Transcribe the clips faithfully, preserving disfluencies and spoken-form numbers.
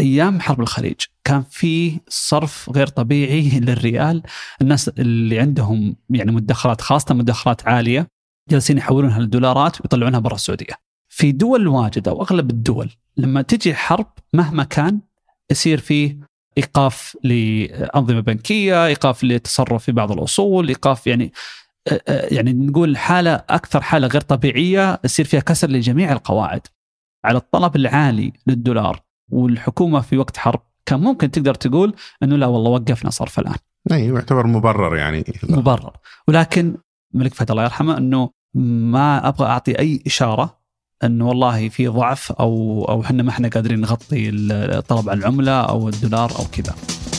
أيام حرب الخليج كان في صرف غير طبيعي للريال. الناس اللي عندهم يعني مدخرات، خاصة مدخرات عالية، جالسين يحولونها للدولارات ويطلعونها برا السعودية. في دول واجدة وأغلب الدول لما تجي حرب مهما كان يصير فيه إيقاف لأنظمة بنكية، إيقاف للتصرف في بعض الأصول، إيقاف يعني يعني نقول حالة أكثر حالة غير طبيعية يصير فيها كسر لجميع القواعد. على الطلب العالي للدولار والحكومة في وقت حرب كان ممكن تقدر تقول أنه لا والله وقفنا صرف الآن. أي يعتبر مبرر يعني لا. مبرر. ولكن الملك فهد الله يرحمه أنه ما أبغى أعطي أي إشارة أنه والله في ضعف أو أو إحنا ما إحنا قادرين نغطي الطلب على العملة أو الدولار أو كذا.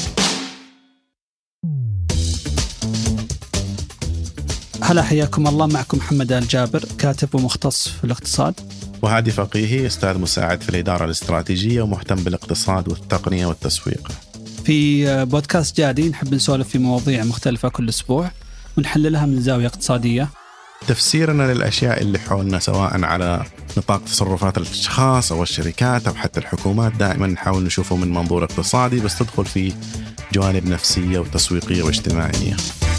هلا، حياكم الله. معكم محمد آل جابر، كاتب ومختص في الاقتصاد. وهادي فقيهي، أستاذ مساعد في الإدارة الاستراتيجية ومهتم بالاقتصاد والتقنية والتسويق. في بودكاست جادي نحب نسولف في مواضيع مختلفة كل أسبوع ونحللها من زاوية اقتصادية. تفسيرنا للأشياء اللي حولنا سواء على نطاق تصرفات الأشخاص أو الشركات أو حتى الحكومات دائما نحاول نشوفه من منظور اقتصادي، بس تدخل في جوانب نفسية وتسويقية واجتماعية.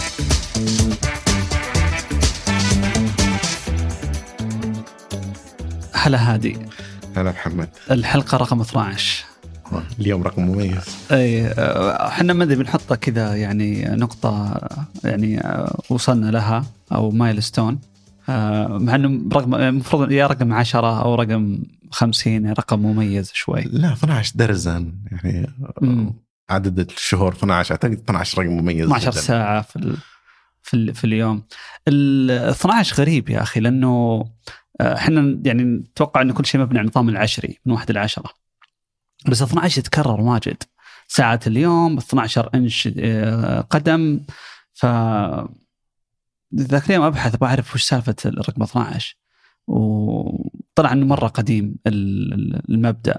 هلا هادي. هلا محمد. الحلقة رقم اثنا عشر. اليوم رقم مميز. اي احنا ما ادري بنحطها كذا يعني نقطة يعني وصلنا لها او مايلستون، مع انه رقم المفروض يا رقم عشرة او رقم خمسين، رقم مميز شوي. لا اثنا عشر درزا يعني م. عدد الشهور اثنا عشر، اعتقد اثنا عشر رقم مميز. اثنا عشر ساعة في ال... في ال... في اليوم. ال اثنا عشر غريب يا اخي، لانه احنا يعني نتوقع ان كل شيء مبني على النظام العشري من واحد لعشرة، بس اثنا عشر يتكرر واجد. ساعة اليوم اثنا عشر انش قدم. ف ذاك اليوم ابحث بعرف وش سالفة الرقم اثنا عشر، وطلع انه مرة قديم المبدأ.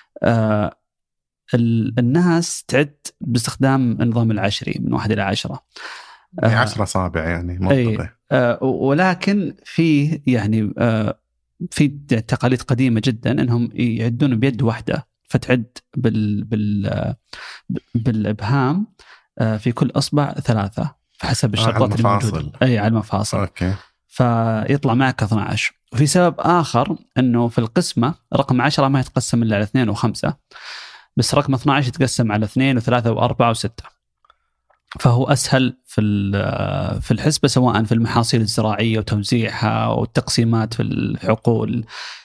الناس تعد باستخدام النظام العشري من واحد إلى عشرة، يعني عشرة أصابع يعني منطقي. ولكن في يعني في تقاليد قديمة جدا أنهم يعدون بيد واحدة، فتعد بال بال بالإبهام في كل أصبع ثلاثة فحسب الشرطات الموجودة. أي على المفاصل. أوكي. فيطلع معك اثنا عشر. وفي سبب آخر أنه في القسمة رقم عشرة ما يتقسم إلا على اثنين وخمسة، بس رقم اثنا عشر يتقسم على اثنين وثلاثة وأربعة وستة، فهو أسهل في في الحسبة سواء في المحاصيل الزراعية وتوزيعها والتقسيمات في الحقول.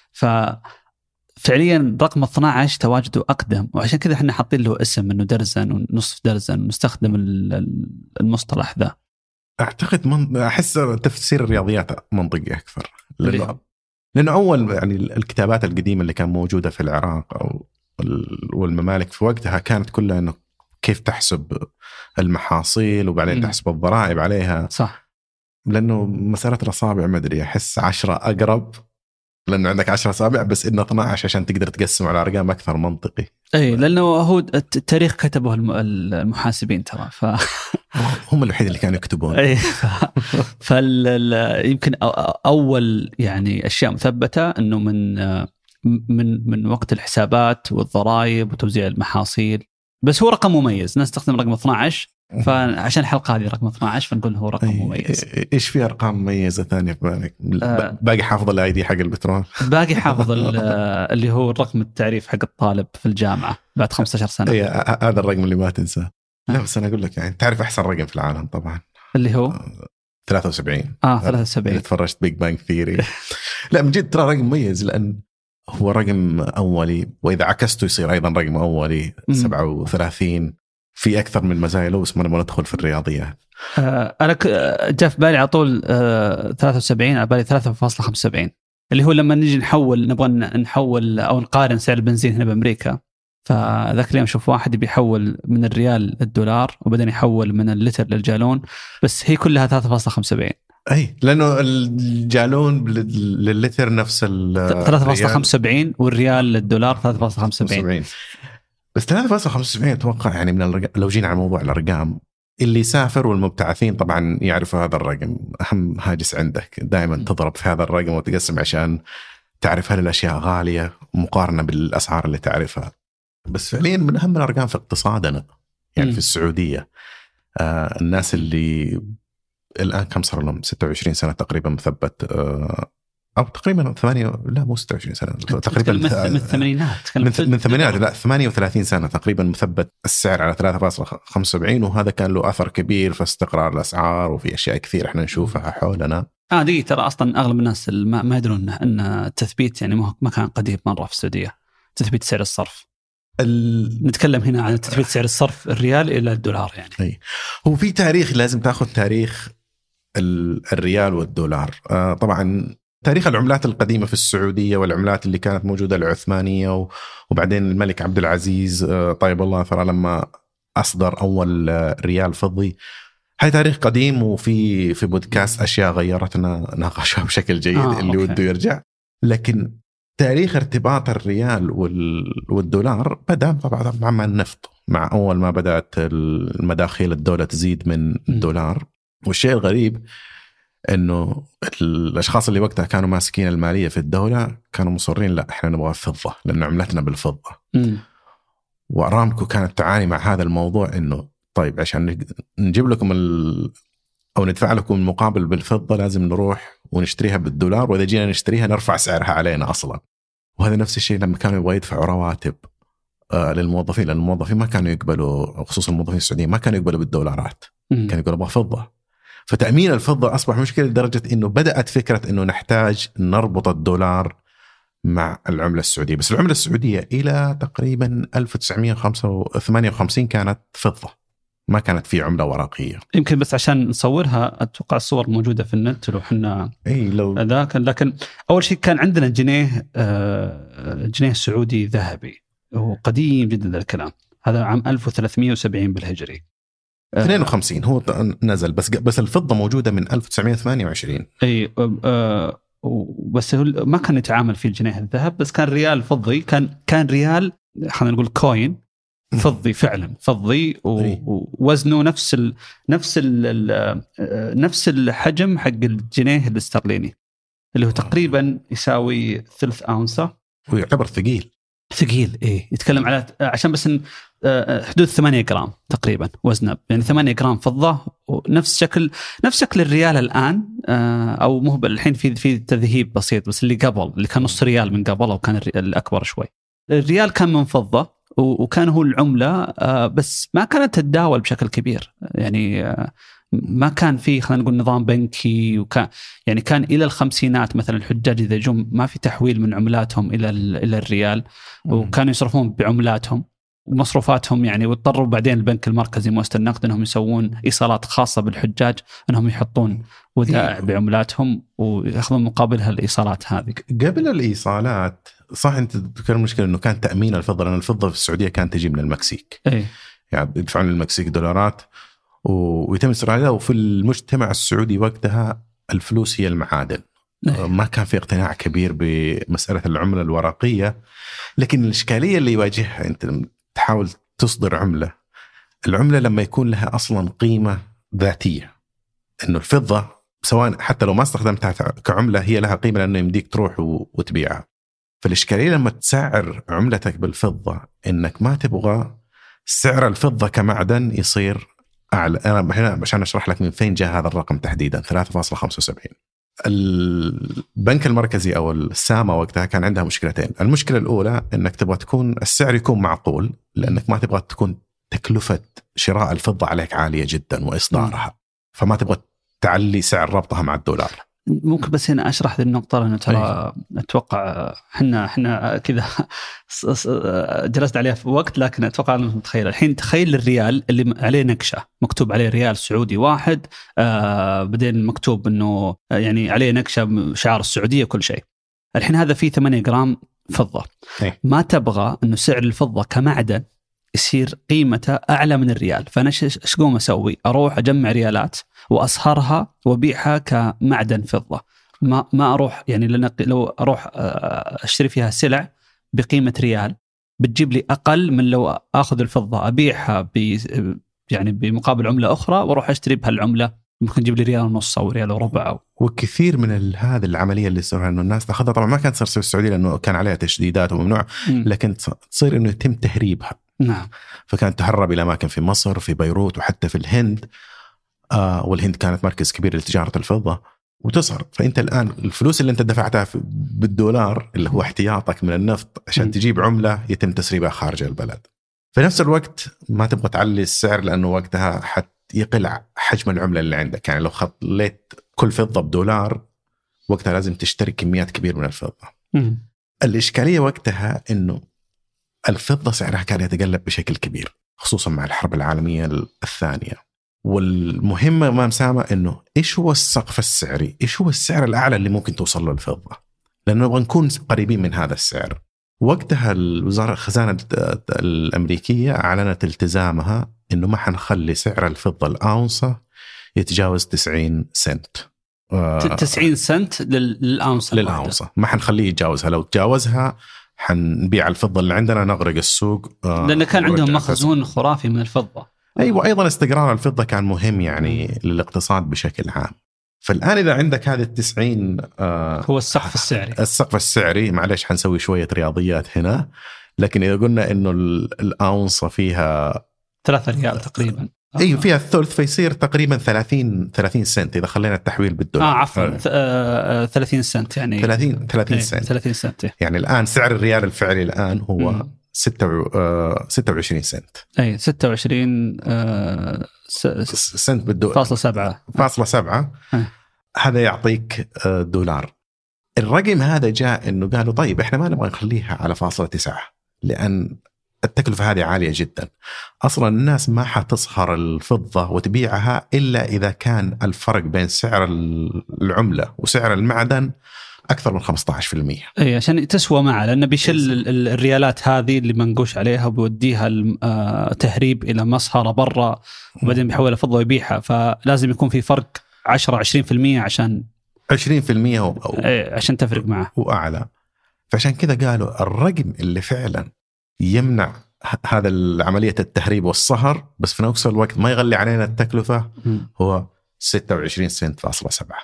ففعليا رقم اثنا عشر تواجده أقدم، وعشان كذا احنا حاطين له اسم إنه درزن ونصف درزن، نستخدم المصطلح ذا. أعتقد من أحس تفسير الرياضيات منطقي أكثر، لأنه لأنه أول يعني الكتابات القديمة اللي كان موجودة في العراق أو والممالك في وقتها كانت كلها إنه كيف تحسب المحاصيل وبعدين م. تحسب الضرائب عليها. صح. لأنه مسألة الأصابع ما أدري، أحس عشرة أقرب، لأنه عندك عشرة أصابع، بس إنه اثنا عشر عشان تقدر تقسم على أرقام أكثر منطقي. أي لأنه هو التاريخ كتبه المحاسبين ترى، ف هم الوحيد اللي كانوا يكتبون. أي فال يمكن أول يعني أشياء مثبتة إنه من من من وقت الحسابات والضرائب وتوزيع المحاصيل. بس هو رقم مميز، ناس تستخدم رقم اثنا عشر، فعشان الحلقة هذه رقم اثنا عشر فنقول هو رقم مميز. إيش في أرقام مميزة ثانية في بالك؟ آه باقي حافظ الآي دي حق البترول؟ باقي حافظ اللي هو الرقم التعريف حق الطالب في الجامعة بعد خمسة عشر سنة. هذا الرقم اللي ما تنساه. لا بس أنا أقول لك يعني تعرف أحسن رقم في العالم طبعا اللي هو ثلاثة وسبعين. آه ثلاثة وسبعين. تفرجت بيج بانج ثيري. لا من جد ترى رقم مميز، لأن هو رقم أولي، وإذا عكسته يصير أيضا رقم أولي. سبعة وثلاثين في أكثر من مزايا له، بس ما نبغى ندخل في الرياضيات. آه أنا جاء في بالي على طول آه ثلاثة وسبعين، على بالي ثلاثة فاصلة خمسة وسبعين، اللي هو لما نيجي نحول نبغى نحول أو نقارن سعر البنزين هنا بأمريكا. فذاك اليوم شوف واحد بيحول من الريال للدولار وبعدين يحول من اللتر للجالون، بس هي كلها ثلاثة فاصلة خمسة وسبعين. أي لأنه الجالون لللتر نفس ثلاثة فاصلة خمسة وسبعين والريال للدولار ثلاثة فاصلة خمسة وسبعين. بس ثلاثة فاصلة خمسة وسبعين أتوقع يعني من الرقم. لو جينا على موضوع الأرقام، اللي سافر والمبتعثين طبعا يعرفوا هذا الرقم، أهم هاجس عندك دائما تضرب في هذا الرقم وتقسم عشان تعرف هل الأشياء غالية مقارنة بالأسعار اللي تعرفها. بس فعليا من أهم الأرقام في اقتصادنا يعني م. في السعودية. آه الناس اللي الآن كم صار لهم ستة وعشرين سنة تقريبا مثبت، آه أو تقريبا ثمانية، لا مو ستة وعشرين سنة تقريبا من الثمانينات، من الثمانينات لا ثمانية وثلاثين سنة تقريبا مثبت السعر على ثلاثة فاصلة خمسة وسبعين، وهذا كان له أثر كبير في استقرار الأسعار وفي أشياء كثير إحنا نشوفها حولنا. آه دي ترى أصلا أغلب الناس ما ما يدرون أن التثبيت يعني ما كان قديم مرة في السعودية، تثبيت سعر الصرف. ال... نتكلم هنا عن تثبيت سعر الصرف الريال إلى الدولار يعني. أي. هو في تاريخ لازم تأخذ تاريخ الريال والدولار. آه طبعا تاريخ العملات القديمة في السعودية والعملات اللي كانت موجودة العثمانية، وبعدين الملك عبد العزيز آه طيب الله ثرى لما أصدر أول آه ريال فضي. هاي تاريخ قديم، وفي في بودكاست أشياء غيرتنا ناقشها بشكل جيد آه، اللي وده يرجع. لكن تاريخ ارتباط الريال والدولار بدأ طبعا مع النفط، مع أول ما بدأت المداخيل الدولة تزيد من الدولار. والشيء الغريب إنه الأشخاص اللي وقتها كانوا ماسكين المالية في الدولة كانوا مصرين لا إحنا نبغى الفضة لأن عملتنا بالفضة. م. وأرامكو كانت تعاني مع هذا الموضوع، إنه طيب عشان نجيب لكم ال... أو ندفع لكم المقابل بالفضة لازم نروح ونشتريها بالدولار، وإذا جينا نشتريها نرفع سعرها علينا أصلا. وهذا نفس الشيء لما كانوا يبغوا يدفعوا رواتب آه للموظفين، لأن الموظفين ما كانوا يقبلوا، خصوصا الموظفين السعوديين ما كانوا يقبلوا بالدولارات، م. كانوا يقولوا بفضة. فتأمين الفضة أصبح مشكلة لدرجة إنه بدأت فكرة إنه نحتاج نربط الدولار مع العملة السعودية. بس العملة السعودية إلى تقريبا ألف وتسعمائة وثمانية وخمسين كانت فضة، ما كانت في عملة ورقية. يمكن بس عشان نصورها أتوقع الصور موجودة في النت لو حنا أي لو ذاك. لكن أول شيء كان عندنا جنيه جنيه سعودي ذهبي وقديم جدا ذا الكلام، هذا عام ألف وثلاثمائة وسبعين بالهجري. اثنين وخمسين هو نزل، بس بس الفضة موجودة من ألف وتسعمائة وثمانية وعشرين. أي أه بس ما كان يتعامل في الجنيه الذهب، بس كان ريال فضي، كان كان ريال خلينا نقول كوين فضي فعلا فضي، ووزنه نفس ال نفس ال نفس الحجم حق الجنيه الاسترليني اللي هو تقريبا يساوي ثلث أونصة، ويعتبر ثقيل ثقيل. إيه يتكلم على عشان بس حدود ثمانية جرام تقريبا وزنه، يعني ثمانية جرام فضة، ونفس شكل نفس شكل الريال الآن، أو مو الحين في في تذهيب بسيط، بس اللي قبل اللي كان نص ريال من قبل أو كان الأكبر شوي. الريال كان من فضة وكان هو العملة، بس ما كانت تتداول بشكل كبير، يعني ما كان في خلينا نقول نظام بنكي، وكان يعني كان إلى الخمسينات مثلا الحجاج إذا جم ما في تحويل من عملاتهم إلى إلى الريال، وكانوا يصرفون بعملاتهم ومصروفاتهم يعني، واضطروا بعدين البنك المركزي مؤسسة النقد أنهم يسوون إيصالات خاصة بالحجاج، أنهم يحطون ودائع بعملاتهم ويأخذون مقابلها الإيصالات هذه. قبل الإيصالات صح أنت تذكر المشكلة أنه كان تأمين الفضة، لأن الفضة في السعودية كانت تجي من المكسيك، أي. يعني يدفعون للمكسيك دولارات ويتم استيرادها. وفي المجتمع السعودي وقتها الفلوس هي المعادن، أي. ما كان في اقتناع كبير بمسألة العملة الورقية. لكن الإشكالية اللي يواجهها أنت تحاول تصدر عملة، العملة لما يكون لها أصلا قيمة ذاتية، إنه الفضة سواء حتى لو ما استخدمتها كعملة هي لها قيمة لأنه يمديك تروح وتبيعها. فالإشكالية لما تسعر عملتك بالفضة إنك ما تبغى سعر الفضة كمعدن يصير أعلى. أنا هنا عشان أشرح لك من فين جاء هذا الرقم تحديدا ثلاثة فاصلة خمسة وسبعين. البنك المركزي أو السامة وقتها كان عندها مشكلتين. المشكلة الأولى إنك تبغى تكون السعر يكون معقول، لأنك ما تبغى تكون تكلفة شراء الفضة عليك عالية جدا وإصدارها، فما تبغى تعلي سعر ربطها مع الدولار. ممكن بس هنا أشرح ذي النقطة، لأنه ترى أتوقع حنا حنا كذا جلست عليها في وقت، لكن أتوقع أنه متخيل الحين. تخيل الريال اللي عليه نقشة مكتوب عليه ريال سعودي واحد، آه بعدين مكتوب أنه يعني عليه نقشة شعار السعودية كل شيء. الحين هذا فيه ثمانية جرام فضة، ما تبغى أنه سعر الفضة كمعدن يصير قيمته أعلى من الريال، فأنا إيش قوم أسوي؟ أروح أجمع ريالات وأصهرها وبيعها كمعدن فضة. ما ما أروح يعني لأن لو أروح أشتري فيها سلع بقيمة ريال بتجيب لي أقل من لو أخذ الفضة أبيعها ب يعني بمقابل عملة أخرى وأروح أشتري بها العملة ممكن تجيب لي ريال ونص أو ريال وربع أو. وكثير من هذه العملية اللي صار إنه الناس تأخذها، طبعا ما كانت تصير في السعودية لأنه كان عليها تشديدات وممنوع، لكن تصير إنه يتم تهريبها. نعم. فكانت تهرب إلى أماكن في مصر، في بيروت، وحتى في الهند. آه والهند كانت مركز كبير لتجارة الفضة وتصهر. فأنت الآن الفلوس اللي أنت دفعتها بالدولار اللي هو احتياطك من النفط عشان م. تجيب عملة يتم تسريبها خارج البلد. في نفس الوقت ما تبغى تعلي السعر لأنه وقتها حت يقل حجم العملة اللي عندك. يعني لو خليت كل فضة بدولار وقتها لازم تشتري كميات كبيرة من الفضة. م. الإشكالية وقتها إنه الفضة سعرها كان يتقلب بشكل كبير، خصوصا مع الحرب العالمية الثانية. والمهمة ما مسامة إنه إيش هو السقف السعري، إيش هو السعر الأعلى اللي ممكن توصل له الفضة، لأنه نبغى نكون قريبين من هذا السعر. وقتها الوزارة الخزانة الأمريكية أعلنت التزامها إنه ما حنخلي سعر الفضة الأونصة يتجاوز تسعين سنت. تسعين سنت للأونصة للأونصة ما حنخليه يتجاوزها. لو تجاوزها حنبيع الفضة اللي عندنا، نغرق السوق. لأن كان عندهم مخزون خرافي من الفضة. أيوة، أيضا استقرار الفضة كان مهم يعني للاقتصاد بشكل عام. فالآن إذا عندك هذه التسعين آه هو السقف السعري. السقف السعري معلش حنسوي شوية رياضيات هنا، لكن إذا قلنا إنه الأونصة فيها ثلاثة ريال تقريبا. أيوة فيها الثلث، فيصير تقريبا ثلاثين ثلاثين سنت إذا خلينا التحويل بالدولار. آه عفوا آه. ثلاثين سنت يعني ثلاثين ثلاثين سنت. ثلاثين سنت يعني الآن سعر الريال الفعلي الآن هو م. ستة ستة وعشرين سنت. أي ستة وعشرين آه س... سنت بالدولار. فاصلة سبعة. فاصلة سبعة. هذا يعطيك دولار. الرقم هذا جاء إنه قالوا طيب إحنا ما نبغى نخليها على فاصلة تسعة لأن التكلفة هذه عالية جدا. أصلا الناس ما حتصهر الفضة وتبيعها إلا إذا كان الفرق بين سعر العملة وسعر المعدن أكثر من خمسة عشر بالمئة. أي عشان تسوى معه، لأنه بيشل الريالات هذه اللي منقوش عليها وبيوديها تهريب إلى مصهرة برا وبعدين بيحولها فضة ويبيعها. فلازم يكون في فرق عشرة عشرين بالمئة عشان عشرين بالمئة و... عشان تفرق معه وأعلى. فعشان كذا قالوا الرقم اللي فعلا يمنع هذا العملية التهريب والصهر بس في نفس الوقت ما يغلي علينا التكلفة م. هو ستة وعشرين سنت فاصلة سبعة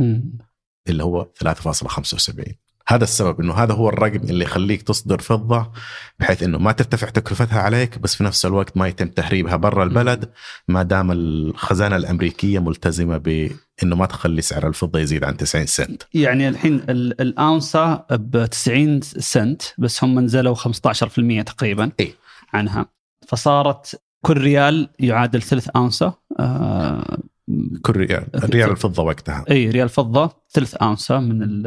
اللي هو ثلاثة فاصلة خمسة وسبعين. هذا السبب إنه هذا هو الرقم اللي يخليك تصدر فضة بحيث إنه ما ترتفع تكلفتها عليك بس في نفس الوقت ما يتم تهريبها برا البلد ما دام الخزانة الأمريكية ملتزمة بإنه ما تخلي سعر الفضة يزيد عن تسعين سنت. يعني الحين الأونصة بتسعين سنت بس هم نزلوا خمسة عشر بالمئة تقريبا إيه؟ عنها، فصارت كل ريال يعادل ثلث أونصة. آه كل ريال ريال الفضة وقتها أي ريال فضة ثلث أونصة من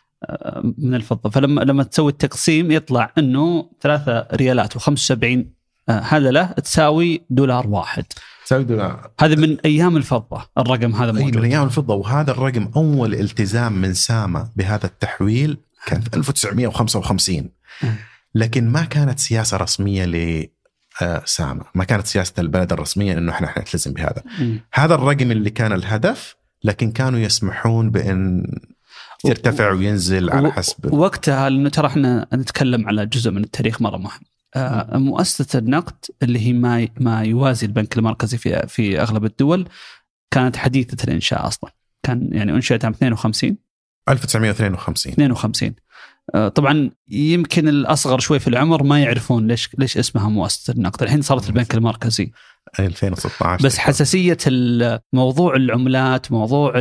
من الفضة. فلما لما تسوي التقسيم يطلع إنه ثلاثة ريالات وخمسة وسبعين هذا له تساوي دولار واحد. تساوي دولار. هذا من أيام الفضة الرقم هذا موجود. من أيام الفضة. وهذا الرقم أول التزام من سامة بهذا التحويل كان في ألف وتسعمائة وخمسة وخمسين لكن ما كانت سياسة رسمية ل سامة، ما كانت سياسة البلد الرسمية إنه إحنا نلتزم بهذا. م. هذا الرقم اللي كان الهدف، لكن كانوا يسمحون بأن يرتفع وينزل على حسب وقتها. لأنه ترى إحنا نتكلم على جزء من التاريخ مرة مهم. آه مؤسسة النقد اللي هي ما ما يوازي البنك المركزي في في أغلب الدول كانت حديثة الإنشاء أصلا. كان يعني أنشئت عام اثنين وخمسين ألف وتسعمائة واثنين وخمسين اثنين وخمسين. طبعا يمكن الأصغر شوي في العمر ما يعرفون ليش ليش اسمها مؤسسة النقد. الحين صارت البنك المركزي ألفين وستة عشر. بس حساسية الموضوع العملات موضوع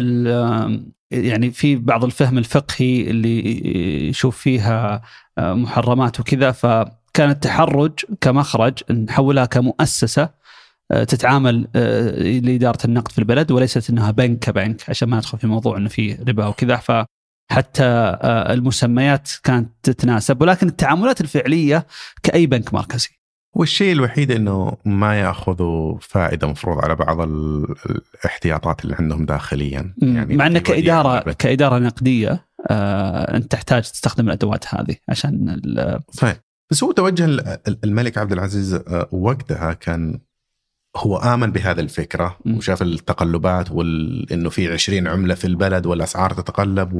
يعني في بعض الفهم الفقهي اللي يشوف فيها محرمات وكذا، فكان التحرج كمخرج نحولها كمؤسسة تتعامل لإدارة النقد في البلد وليست أنها بنك كبنك عشان ما ندخل في موضوع أنه في ربا وكذا. ف حتى المسميات كانت تتناسب، ولكن التعاملات الفعلية كأي بنك مركزي. والشيء الوحيد أنه ما يأخذوا فائدة مفروض على بعض الاحتياطات اللي عندهم داخليا. يعني مع أنك كإدارة, كإدارة نقدية آه، أنت تحتاج تستخدم الأدوات هذه عشان فاهم. بس هو توجه الملك عبد العزيز وقتها كان هو آمن بهذا الفكرة م. وشاف التقلبات وإنه في عشرين عملة في البلد والأسعار تتقلب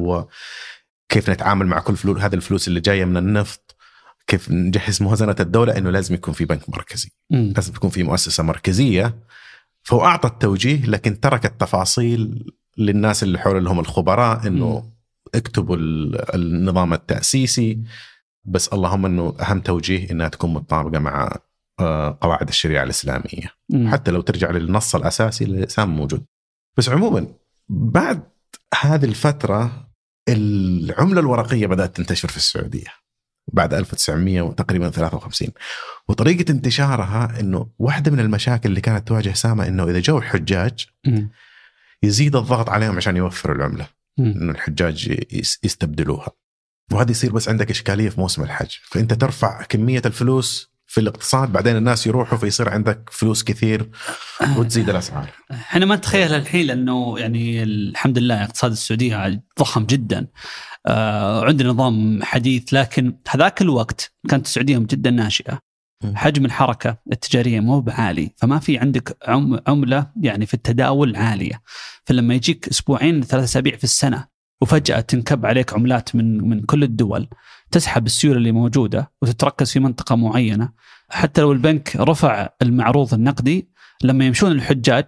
وكيف نتعامل مع كل فلوس هذه الفلوس اللي جاية من النفط، كيف نجهز موازنة الدولة، إنه لازم يكون في بنك مركزي م. لازم يكون في مؤسسة مركزية فهو أعطى التوجيه لكن ترك التفاصيل للناس اللي حول لهم الخبراء إنه م. اكتبوا النظام التأسيسي، بس اللهم إنه أهم توجيه إنها تكون متطابقة مع قواعد الشريعة الإسلامية م. حتى لو ترجع للنص الأساسي اللي سام موجود. بس عموما بعد هذه الفترة العملة الورقية بدأت تنتشر في السعودية بعد ألف وتسعمية وتقريبا ثلاثة وخمسين، وطريقة انتشارها إنه واحدة من المشاكل اللي كانت تواجه سامة إنه إذا جو الحجاج م. يزيد الضغط عليهم عشان يوفروا العملة، إنه الحجاج يستبدلوها، وهذا يصير بس عندك إشكالية في موسم الحج، فأنت ترفع كمية الفلوس في الاقتصاد، بعدين الناس يروحوا فيصير عندك فلوس كثير وتزيد الأسعار. احنا ما نتخيل الحين لأنه يعني الحمد لله اقتصاد السعودية ضخم جدا، آه عندنا نظام حديث، لكن هذاك الوقت كانت السعودية جدا ناشئة، حجم الحركة التجارية مو بعالي، فما في عندك عم عملة يعني في التداول عالية، فلما يجيك أسبوعين ثلاثة أسابيع في السنة وفجأة تنكب عليك عملات من من كل الدول، تسحب السيولة اللي موجودة وتتركز في منطقة معينة، حتى لو البنك رفع المعروض النقدي لما يمشون الحجاج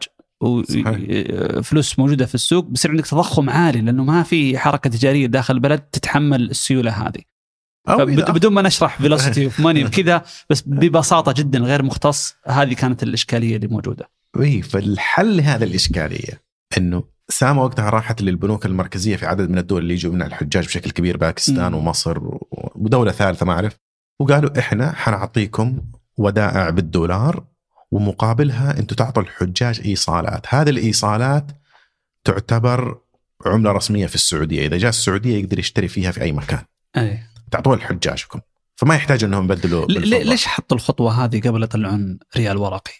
وفلوس موجودة في السوق بصير عندك تضخم عالي، لأنه ما في حركة تجارية داخل البلد تتحمل السيولة هذه. بدون ما نشرح velocity of money وكذا، بس ببساطة جدا غير مختص، هذه كانت الإشكالية اللي موجودة. وي فالحل لهذا الإشكالية إنه سامة وقتها راحت للبنوك المركزية في عدد من الدول اللي يجوا منها الحجاج بشكل كبير، باكستان م. ومصر ودولة ثالثة ما أعرف، وقالوا إحنا حنعطيكم ودائع بالدولار ومقابلها أنتوا تعطوا الحجاج إيصالات، هذه الإيصالات تعتبر عملة رسمية في السعودية، إذا جاء السعودية يقدر يشتري فيها في أي مكان، أي. تعطوها لحجاجكم، فما يحتاج أنهم يبدلوا. ليش حطوا الخطوة هذه قبل يطلعون ريال ورقي؟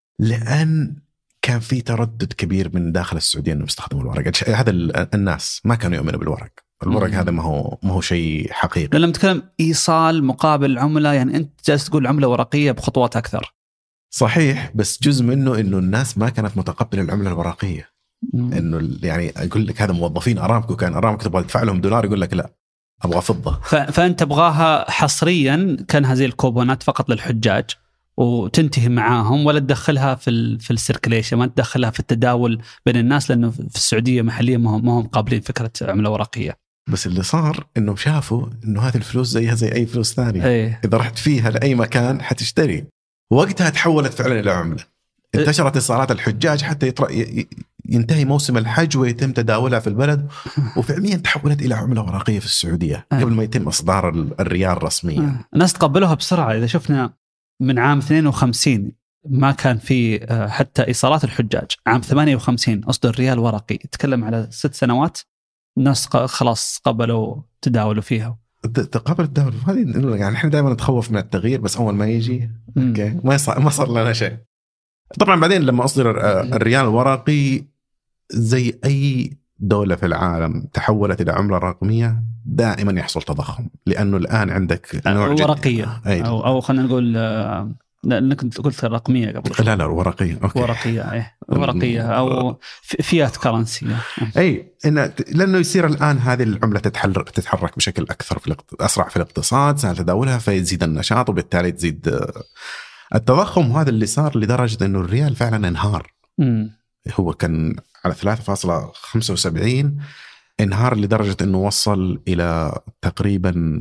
لأن كان في تردد كبير من داخل السعودية أنه يستخدموا الورق، هذا الناس ما كانوا يؤمنوا بالورق، الورق مم. هذا ما هو ما هو شيء حقيقي. لما تكلم إيصال مقابل عملة، يعني أنت جالس تقول عملة ورقية بخطوات أكثر. صحيح، بس جزء منه إنه الناس ما كانت متقبلة العملة الورقية، مم. إنه يعني أقول لك هذا موظفين أرامكو، كان أرامكو تبغى تدفع لهم دولار يقول لك لا أبغى فضة، فأنت تبغاها حصريا كانها زي الكوبونات فقط للحجاج وتنتهي معاهم، ولا تدخلها في في السيركليشن، ما تدخلها في التداول بين الناس، لأنه في السعودية محليا ما هم ما هم قابلين فكرة عملة ورقية. بس اللي صار إنه شافوا إنه هذه الفلوس زيها زي أي فلوس ثانية، أيه. إذا رحت فيها لأي مكان حتشتري، وقتها تحولت فعلا إلى عملة، انتشرت إيصالات الحجاج حتى يطرق ينتهي موسم الحج ويتم تداولها في البلد، وفعليا تحولت إلى عملة ورقية في السعودية قبل ما يتم إصدار الريال رسميا. الناس تقبلوها بسرعة. إذا شفنا من عام اثنين وخمسين ما كان في حتى إيصالات الحجاج، عام ثمانية وخمسين أصدر ريال ورقي، تكلم على ست سنوات الناس خلاص قبلوا تداولوا فيها. تقبل التداول هذه، يعني إحنا دائما نتخوف من التغيير، بس أول ما يجي أوكي ما صار ما صار لنا شيء. طبعا بعدين لما أصدر الريال الورقي زي أي دولة في العالم تحولت إلى عملة رقمية، دائما يحصل تضخم، لأنه الآن عندك نوع ورقية أو, أو خلينا نقول لا كنت قلت رقمية قبل. لا لا ورقية. أوكي. ورقية إيه ورقية أو فيات كرنسي. أي إن لأنه يصير الآن هذه العملة تتحرك تتحرك بشكل أكثر في أسرع في الاقتصاد، سهل تداولها، فيزيد النشاط وبالتالي تزيد التضخم. وهذا اللي صار لدرجة إنه الريال فعلا انهار. م. هو كان على ثلاثة فاصلة خمسة وسبعين، انهار لدرجة إنه وصل إلى تقريبا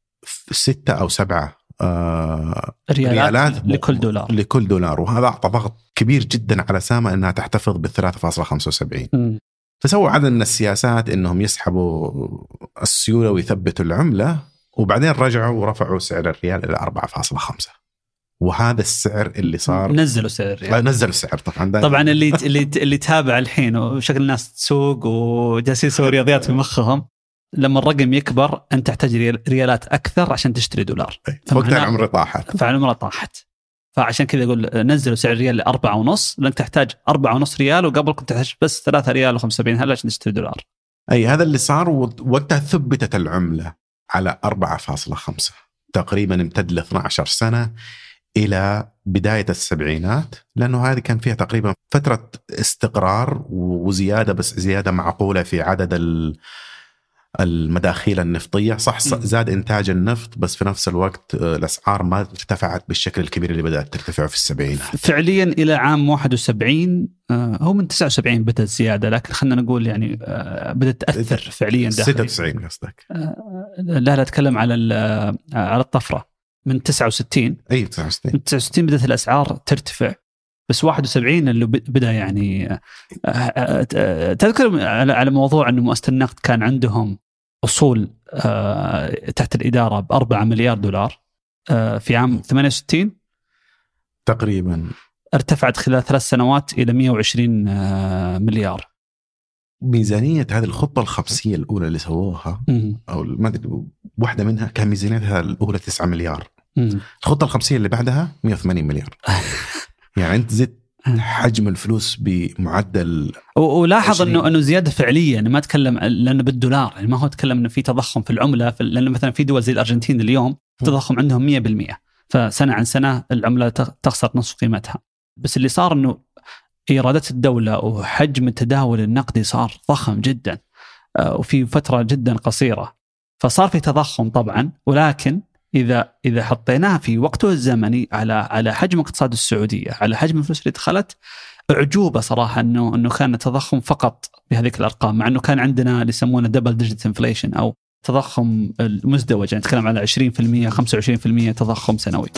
ستة أو سبعة آه ريالات, ريالات لكل دولار لكل دولار وهذا أعطى ضغط كبير جدا على سامة إنها تحتفظ بالثلاثة فاصلة خمسة وسبعين. م. فسووا عدد من السياسات إنهم يسحبوا السيولة ويثبتوا العملة، وبعدين رجعوا ورفعوا سعر الريال إلى أربعة فاصلة خمسة، وهذا السعر اللي صار نزلوا سعر الريال. نزلوا السعر طبعا طبعا اللي اللي اللي تابع الحين وشكل الناس تسوق وجالسين يسووا رياضيات في مخهم، لما الرقم يكبر أنت تحتاج ريالات أكثر عشان تشتري دولار، وقتها العملة طاحت فالعملة طاحت فعشان كذا يقول نزلوا سعر الريال لأربعة ونص، لأنك تحتاج أربعة ونص ريال وقبل كنت تحتاج بس ثلاثة ريال وخمسة وسبعين هلا عشان تشتري دولار. أي هذا اللي صار، ووقتها ثبتت العملة على أربعة فاصلة خمسة تقريبا، امتد ل اثنتي عشرة سنة إلى بداية السبعينات، لأنه هذه كان فيها تقريبا فترة استقرار وزيادة، بس زيادة معقولة في عدد المداخيل النفطية صح زاد إنتاج النفط، بس في نفس الوقت الأسعار ما ارتفعت بالشكل الكبير اللي بدأت ترتفع في السبعين. فعليا إلى عام واحد وسبعين هو من تسعة وسبعين بدأت الزيادة، لكن خلنا نقول يعني بدأت تأثر فعليا داخليا. ستة وتسعين قصدك؟ لا لا أتكلم على على الطفرة من تسعة وستين. أي تسعة وستين. من تسعة وستين بدأت الأسعار ترتفع، بس واحد وسبعين اللي بدأ يعني تذكر على موضوع أنه مؤسسة النقد كان عندهم أصول تحت الإدارة بأربعة مليار دولار في عام ثمانية وستين تقريبا، ارتفعت خلال ثلاث سنوات إلى مئة وعشرين مليار. ميزانية هذه الخطة الخمسية الأولى اللي سووها أو ما أدري واحدة منها كان ميزانيتها الأولى تسعة مليار. م. الخطة الخمسية اللي بعدها مئة وثمانين مليار. يعني أنت زدت حجم الفلوس بمعدل. ولاحظ انه انه زياده فعليه، انا ما اتكلم لانه بالدولار، يعني ما هو اتكلم انه في تضخم في العمله، في لانه مثلا في دول زي الارجنتين اليوم التضخم عندهم مئة بالمئة، فسنه عن سنه العمله تخسر نصف قيمتها. بس اللي صار انه ايرادات الدوله وحجم التداول النقدي صار ضخم جدا وفي فتره جدا قصيره، فصار في تضخم طبعا. ولكن إذا إذا حطيناها في وقته الزمني على على حجم اقتصاد السعودية، على حجم الفلوس اللي دخلت، أعجوبة صراحة إنه إنه كان التضخم فقط بهذيك الأرقام، مع إنه كان عندنا اللي يسمونه دبل ديجيت انفليشن أو تضخم المزدوج، يعني نتكلم على عشرين بالمئة خمسة وعشرين بالمئة تضخم سنوي.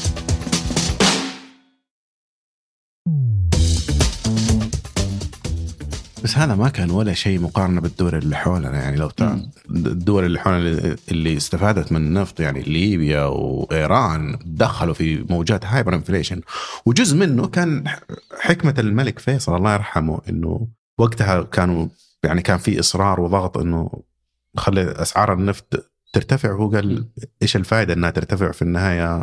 بس هذا ما كان ولا شيء مقارنة بالدول اللي حولنا. يعني لو تعرف الدول اللي حولنا اللي استفادت من النفط، يعني ليبيا وإيران، دخلوا في موجات هايبر انفليشن، وجزء منه كان حكمة الملك فيصل الله يرحمه، إنه وقتها كانوا يعني كان في إصرار وضغط إنه خلي أسعار النفط ترتفع. هو قال إيش الفائدة إنها ترتفع في النهاية،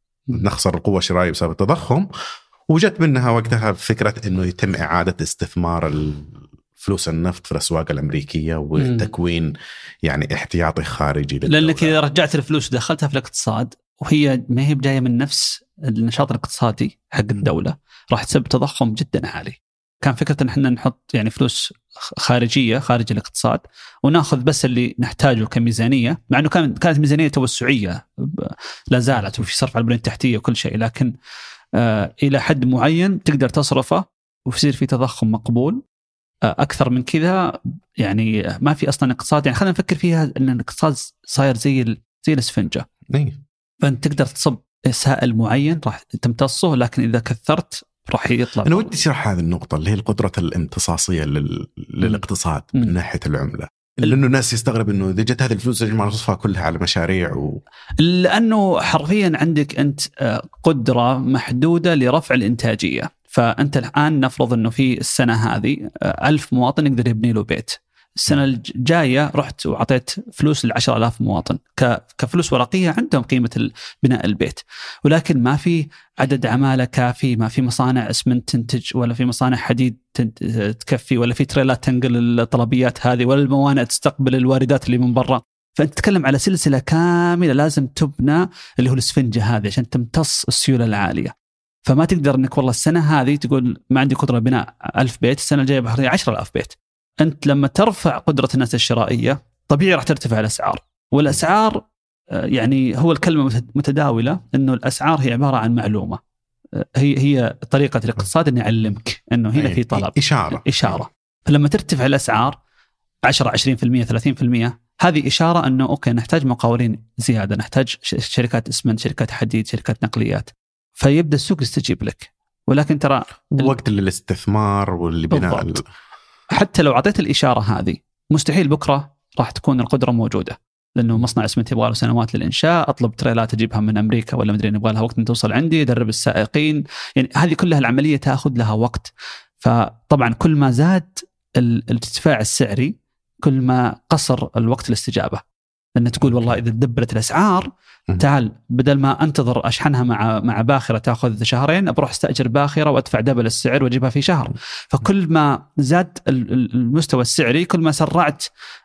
نخسر القوة الشرائية بسبب التضخم. وجت منها وقتها فكرة إنه يتم إعادة استثمار فلوس النفط في الأسواق الأمريكية وتكوين يعني احتياطي خارجي للدولة. لأنك إذا رجعت الفلوس ودخلتها في الاقتصاد وهي ما هي بجاية من نفس النشاط الاقتصادي حق الدولة، راح تسبب تضخم جدا عالي. كان فكرة إن إحنا نحط يعني فلوس خارجية خارج الاقتصاد ونأخذ بس اللي نحتاجه كميزانية، مع إنه كانت كانت ميزانية توسعية لا زالت وفي صرف على البنية التحتية وكل شيء، لكن آه إلى حد معين تقدر تصرفه ويصير في تضخم مقبول. آه أكثر من كذا يعني ما في أصلا اقتصاد. يعني خلينا نفكر فيها إن الاقتصاد صاير زي زي الإسفنجة، فأنت تقدر تصب سائل معين راح تمتصه، لكن إذا كثرت راح يطلع. أنا ودي أشرح هذه النقطة اللي هي القدرة الامتصاصية لل... للاقتصاد م. من ناحية العملة، لأنه الناس يستغرب إنه إذا جت هذه الفلوس يا جماعة نصفها كلها على مشاريع و... لأنه حرفيا عندك أنت قدرة محدودة لرفع الإنتاجية. فأنت الآن نفرض أنه في السنة هذه ألف مواطن يقدر يبني له بيت، السنة الجاية رحت وعطيت فلوس لعشر ألاف مواطن كفلوس ورقية عندهم قيمة بناء البيت، ولكن ما في عدد عمالة كافي، ما في مصانع اسمنت تنتج، ولا في مصانع حديد تكفي، ولا في تريلات تنقل الطلبيات هذه، ولا الموانئ تستقبل الواردات اللي من برا. فأنت تتكلم على سلسلة كاملة لازم تبنى اللي هو الاسفنجة هذه عشان تمتص السيولة العالية. فما تقدر انك والله السنة هذه تقول ما عندي قدرة بناء ألف بيت، السنة الجاية بحرية عشرة ألاف بيت. أنت لما ترفع قدرة الناس الشرائية طبيعي راح ترتفع الأسعار، والأسعار يعني هو الكلمة متداولة إنه الأسعار هي عبارة عن معلومة، هي هي طريقة الاقتصاد إني أعلمك إنه هنا في طلب، إشارة إشارة. فلما ترتفع الأسعار عشرة عشرين بالمئة ثلاثين بالمئة هذه إشارة إنه أوكي نحتاج مقاولين زيادة، نحتاج شركات إسمنت، شركات حديد، شركات نقليات، فيبدأ السوق يستجيب لك. ولكن ترى وقت الاستثمار واللي بناء حتى لو عطيت الإشارة هذه مستحيل بكرة راح تكون القدرة موجودة، لأنه مصنع اسمنت يبغى له سنوات للإنشاء، أطلب تريلات أجيبها من أمريكا ولا مدري يبغى لها وقت أن توصل عندي، أدرب السائقين، يعني هذه كلها العملية تأخذ لها وقت. فطبعا كل ما زاد الارتفاع السعري كل ما قصر الوقت الاستجابة، لأن تقول والله إذا تدبرت الأسعار تعال بدل ما أنتظر أشحنها مع مع باخرة تأخذ شهرين بروح استأجر باخرة وأدفع دبل السعر وأجيبها في شهر. فكل ما زاد المستوى السعري كل ما سرعت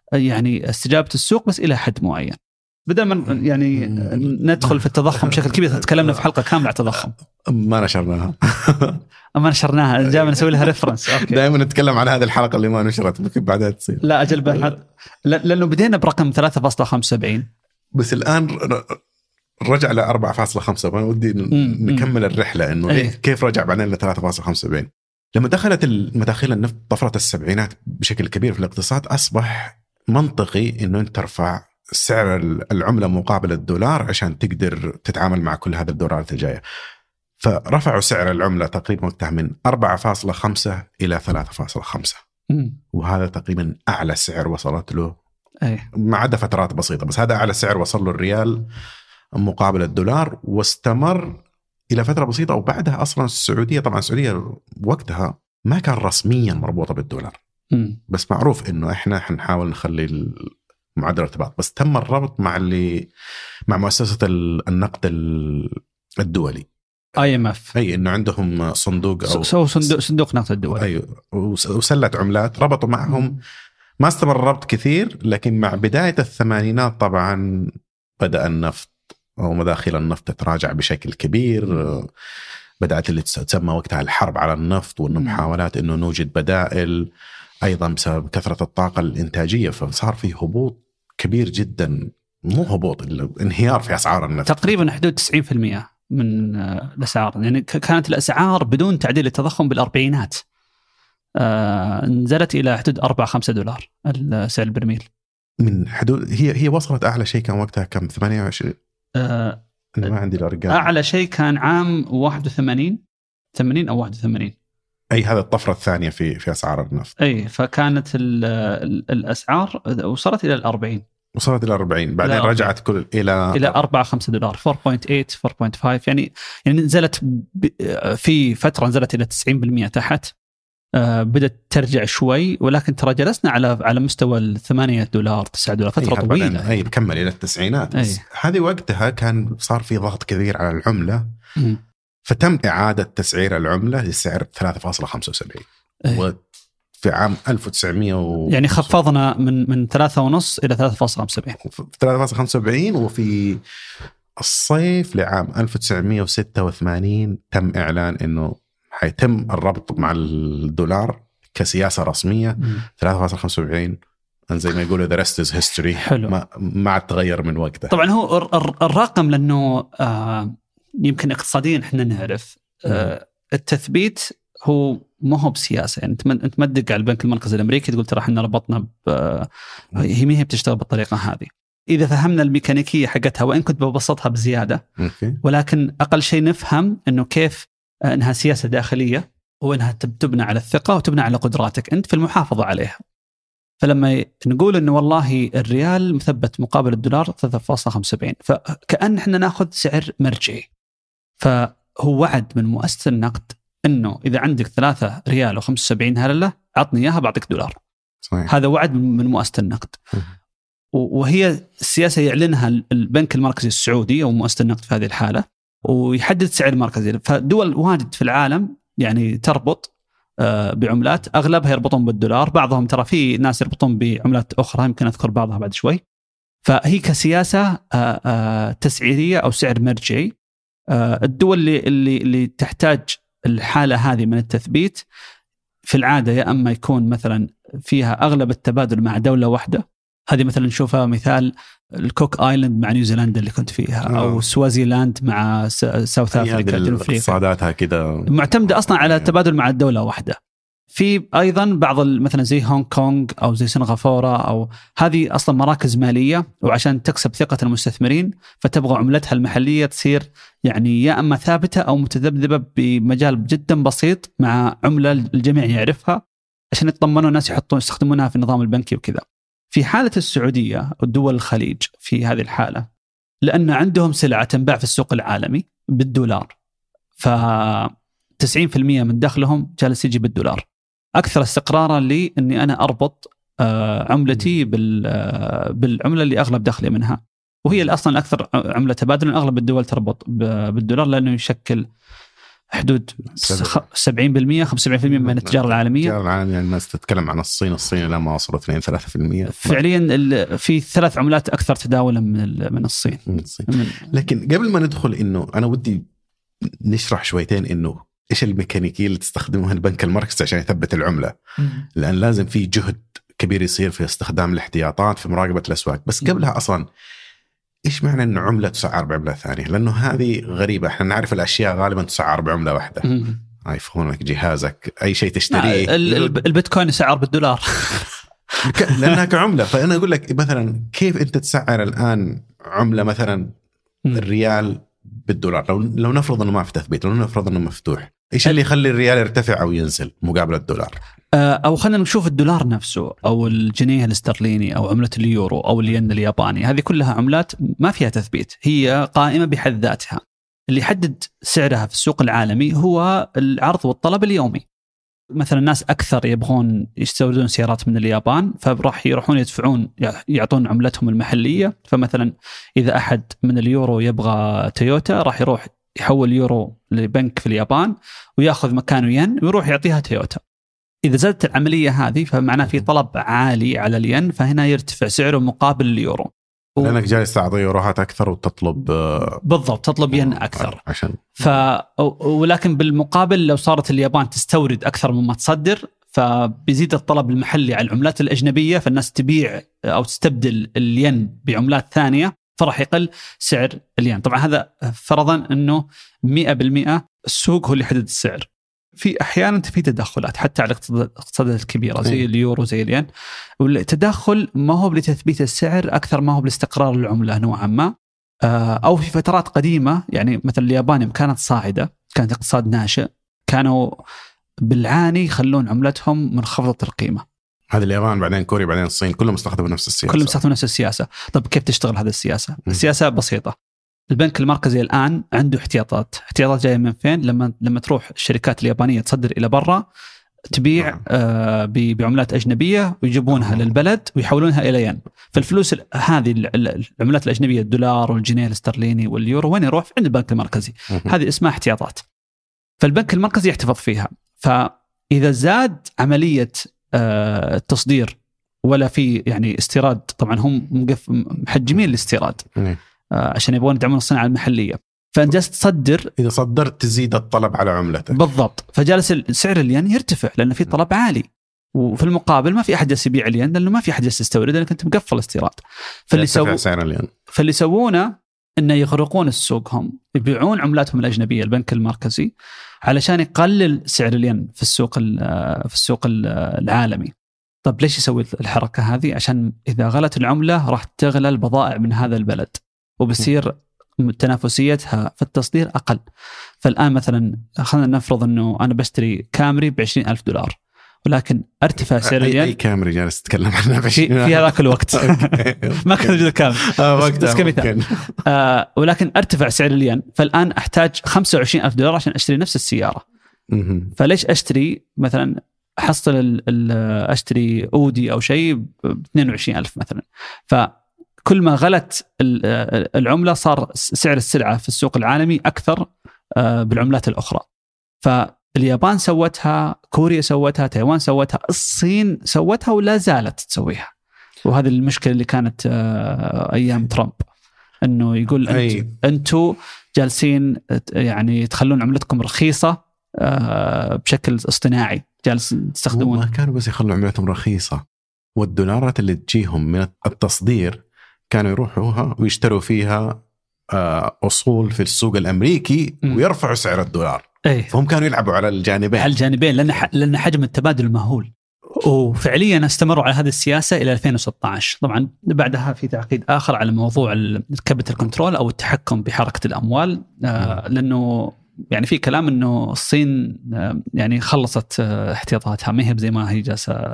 يعني استجابة السوق بس إلى حد معين، بدل ما يعني ندخل في التضخم بشكل كبير. تكلمنا في حلقة كاملة عن التضخم. ما نشرناها. ما نشرناها، دائما نسوي لها ريفرنس. دائما نتكلم عن هذه الحلقة اللي ما نشرت، ممكن بعدها تصير. لا أجل بحث، لأنه بدينا برقم ثلاثة فاصلة خمسة وسبعين بس الآن رجع ل أربعة فاصلة خمسة. فأنا ودي نكمل الرحلة إنه أيه. كيف رجع بعدين ل ثلاثة فاصلة خمسة وسبعين. لما دخلت المداخيل النفط طفرة السبعينات بشكل كبير في الاقتصاد، أصبح منطقي إنه أنت ترفع سعر العملة مقابل الدولار عشان تقدر تتعامل مع كل هذا الدولارات الجاية. فرفعوا سعر العملة تقريبا وقتها من أربعة فاصلة خمسة إلى ثلاثة فاصلة خمسة، وهذا تقريبا أعلى سعر وصلت له أيه. ما عدا فترات بسيطة، بس هذا أعلى سعر وصل له الريال مقابل الدولار، واستمر إلى فترة بسيطة. وبعدها أصلا السعودية، طبعا السعودية وقتها ما كان رسميا مربوطة بالدولار، م. بس معروف إنه إحنا حنحاول نخلي معدل ارتباط، بس تم الربط مع اللي مع مؤسسة النقد الدولي آي إم إف. أي إنه عندهم صندوق أو سو صندوق صندوق نقد الدولي. أي وسلة عملات ربطوا معهم. ما استمر الربط كثير، لكن مع بداية الثمانينات طبعا بدأ النفط أو مداخيل النفط تتراجع بشكل كبير. بدأت اللي تسمى وقتها الحرب على النفط، وإنه محاولات إنه نوجد بدائل أيضا بسبب كثرة الطاقة الإنتاجية. فصار فيه هبوط كبير جدا، مو هبوط، انهيار في أسعار النفط تقريبا حدود تسعين بالمئة من الأسعار. يعني كانت الأسعار بدون تعديل التضخم بالأربعينات، آه نزلت إلى حدود أربعة خمسة دولار السعر البرميل. من حدود هي هي وصلت أعلى شيء كان وقتها كم ثمانية وعشرين. آه أنا ما عندي الأرقام. أعلى شيء كان عام واحد وثمانين ثمانين أو واحد وثمانين. أي هذا الطفرة الثانية في في أسعار النفط. أي فكانت ال ال الأسعار وصلت إلى الأربعين. وصلت إلى أربعين بعدين رجعت كل إلى إلى أربعة خمسة دولار أربعة فاصلة ثمانية أربعة فاصلة خمسة. يعني يعني نزلت في فترة نزلت إلى تسعين بالمئة تحت. آه بدأت ترجع شوي، ولكن ترى جلسنا على على مستوى الثمانية دولار تسعة دولار فترة أي طويلة. أي بكمل إلى التسعينات. هذه وقتها كان صار في ضغط كبير على العملة، م. فتم إعادة تسعير العملة لسعر ثلاثة فاصلة خمسة وسبعين. وفي عام ألف وتسعمية و... يعني خفضنا من من ثلاثة ونص إلى ثلاثة فاصلة خمسة وسبعين. ثلاثة فاصلة خمسة وسبعين. وفي الصيف لعام ألف وتسعمية وستة وثمانين تم إعلان إنه حيتم الربط مع الدولار كسياسة رسمية. ثلاثة فاصلة خمسة وسبعين زي ما يقولوا the rest is history. ما ما عاد تغير من وقتها. طبعا هو الرقم لأنه آه يمكن اقتصاديا احنا نعرف آه التثبيت هو ما هو بسياسة. يعني انت ما تدق على البنك المركزي الأمريكي تقول ترى احنا ربطنا هي ما هي بتشتغل بالطريقة هذه. إذا فهمنا الميكانيكية حقتها، وإن كنت ببسطها بزيادة، ولكن أقل شيء نفهم إنه كيف أنها سياسة داخلية، وأنها تبنى على الثقة وتبنى على قدراتك أنت في المحافظة عليها. فلما نقول إنه والله الريال مثبت مقابل الدولار ثلاثة فاصلة خمسة وسبعين، فكأن إحنا نأخذ سعر مرجعي. فهو وعد من مؤسسة النقد إنه إذا عندك ثلاثة ريال وخمسة وسبعين هللة عطني إياها بعطيك دولار. صحيح. هذا وعد من مؤسسة النقد. وهي السياسة يعلنها البنك المركزي السعودي أو مؤسسة النقد في هذه الحالة، ويحدد سعر مركزي. فدول واجد في العالم يعني تربط بعملات، أغلبها يربطون بالدولار، بعضهم ترى في ناس يربطون بعملات أخرى يمكن أذكر بعضها بعد شوي. فهي كسياسة تسعيرية أو سعر مرجعي. الدول اللي, اللي, اللي تحتاج الحالة هذه من التثبيت في العادة يا أما يكون مثلا فيها أغلب التبادل مع دولة واحدة. هذه مثلا نشوفها مثال الكوك آيلاند مع نيوزيلندا اللي كنت فيها، آه. أو سوازيلاند مع ساوث أفريقيا. الاقتصاداتها كده معتمدة أصلا على التبادل مع الدولة واحدة. في أيضا بعض مثلا زي هونغ كونغ أو زي سنغافورة، أو هذه أصلا مراكز مالية، وعشان تكسب ثقة المستثمرين فتبغى عملتها المحلية تصير يعني يا أما ثابتة أو متذبذبة بمجال جدا بسيط مع عملة الجميع يعرفها، عشان يطمنوا الناس يحطون يستخدمونها في النظام البنكي وكذا. في حالة السعودية والدول الخليج في هذه الحالة، لأن عندهم سلعة تنباع في السوق العالمي بالدولار، فتسعين بالمئة من دخلهم جالس يجي بالدولار. أكثر استقرارا لي أني أنا أربط عملتي بالعملة اللي أغلب دخلي منها، وهي الأصل الأكثر عملة تبادل. أغلب الدول تربط بالدولار لأنه يشكل حدود سبعين بالمئة خمسة وسبعين بالمئة من التجارة العالمية. التجارة العالمية يعني الناس تتكلم عن الصين الصين لما وصلت اثنين ثلاثة بالمئة فعليا. في ثلاث عملات أكثر تداولا من من الصين. من الصين. من لكن قبل ما ندخل إنه أنا ودي نشرح شويتين إنه إيش الميكانيكية اللي تستخدمها البنك المركزي عشان يثبت العملة. لأن لازم في جهد كبير يصير في استخدام الاحتياطات في مراقبة الأسواق. بس قبلها أصلا إيش معنى إنه عملة تسعر بعملة ثانية؟ لأنه هذه غريبة. إحنا نعرف الأشياء غالبا تسعر بعملة واحدة. آيفونك، جهازك، أي شيء تشتريه. البيتكوين يسعر بالدولار لأنها كعملة. فأنا أقول لك مثلا كيف أنت تسعر الآن عملة مثلا الريال بالدولار؟ لو لو نفرض إنه ما في تثبيت، لو نفرض إنه مفتوح، إيش اللي يخلي الريال يرتفع أو ينزل مقابل الدولار؟ أو خلينا نشوف الدولار نفسه أو الجنيه الاسترليني أو عملة اليورو أو الين الياباني. هذه كلها عملات ما فيها تثبيت، هي قائمة بحد ذاتها. اللي يحدد سعرها في السوق العالمي هو العرض والطلب اليومي. مثلا الناس أكثر يبغون يستوردون سيارات من اليابان، فراح يروحون يدفعون يعطون عملتهم المحلية. فمثلا إذا أحد من اليورو يبغى تويوتا راح يروح يحول يورو لبنك في اليابان ويأخذ مكانه ين ويروح يعطيها تويوتا. إذا زادت العملية هذه فمعناه في طلب عالي على الين، فهنا يرتفع سعره مقابل اليورو. لأنك جالس تعطي يوروهات أكثر وتطلب بالضبط تطلب ين أكثر. عشان ف ولكن بالمقابل لو صارت اليابان تستورد أكثر مما تصدر فبيزيد الطلب المحلي على العملات الأجنبية، فالناس تبيع أو تستبدل الين بعملات ثانية، فراح يقل سعر الين. طبعا هذا فرضا أنه مئة بالمئة السوق هو اللي يحدد السعر. في أحيانا في تدخلات حتى على الاقتصادات الكبيرة زي اليورو زي الين، والتدخل ما هو لتثبيت السعر أكثر ما هو بالاستقرار العملة نوعا ما. أو في فترات قديمة يعني مثل اليابان كانت صاعدة، كانت اقتصاد ناشئ، كانوا بالعاني يخلون عملتهم منخفضة القيمة. هذا اليابان بعدين كوريا بعدين الصين كلهم استخدموا نفس السياسة. كلهم استخدموا نفس السياسة. طب كيف تشتغل هذه السياسة؟ م. السياسة بسيطة. البنك المركزي الآن عنده احتياطات. احتياطات جاية من فين؟ لما لما تروح الشركات اليابانية تصدر إلى برا تبيع آه بعملات أجنبية ويجيبونها للبلد ويحولونها إلى ين. فالفلوس هذه العملات الأجنبية الدولار والجنيه الاسترليني واليورو وين يروح؟ عند البنك المركزي. هذه اسمها احتياطات. فالبنك المركزي يحتفظ فيها. فإذا زاد عملية آه التصدير ولا في يعني استيراد، طبعا هم محجمين الاستيراد عشان يبغون يدعمون الصناعة المحلية، فأنت جالس تصدر. إذا صدرت تزيد الطلب على عملتك. بالضبط. فجالس سعر الين يرتفع لأن في طلب عالي، وفي المقابل ما في أحد جالس يبيع الين لأنه ما في أحد جالس يستورد لأنك أنت مقفل استيراد. فاللي سووا سعر الين فاللي يسوونه إنه يغرقون السوق، هم يبيعون عملاتهم الأجنبية البنك المركزي علشان يقلل سعر الين في السوق في السوق العالمي. طب ليش يسوي الحركة هذه؟ عشان إذا غلت العملة راح تغلى البضائع من هذا البلد وبصير تنافسيتها في التصدير أقل. فالآن مثلا خلينا نفرض أنه أنا بشتري كامري بعشرين ألف دولار، ولكن ارتفع سعر الين. أي كامري جالس تتكلم عنها في, في هذاك الوقت ما كان يوجد كامري آه بس, بس كمثال آه ولكن ارتفع سعر الين، فالآن أحتاج خمسة وعشرين ألف دولار عشان أشتري نفس السيارة. فليش أشتري مثلا أحصل أشتري أودي أو شيء ب اثنين وعشرين ألف مثلا؟ فكل ما غلت العملة صار سعر السلعة في السوق العالمي أكثر بالعملات الأخرى. فاليابان سوتها، كوريا سوتها، تايوان سوتها، الصين سوتها ولا زالت تسويها. وهذه المشكلة اللي كانت أيام ترامب، أنه يقول أنت أنتوا جالسين يعني تخلون عملتكم رخيصة بشكل اصطناعي، جالس تستخدمون. ما كانوا بس يخلوا عملتهم رخيصة، والدولارات اللي تجيهم من التصدير كانوا يروحوها ويشتروا فيها أصول في السوق الأمريكي م. ويرفعوا سعر الدولار. أيه. فهم كانوا يلعبوا على الجانبين على الجانبين لأن لأن حجم التبادل مهول. وفعليا استمروا على هذه السياسة إلى ألفين وستة عشر. طبعا بعدها في تعقيد آخر على موضوع الكابيتال كنترول أو التحكم بحركة الأموال، آه لأنه يعني في كلام إنه الصين يعني خلصت احتياطاتها، ما هي زي ما هي جالسة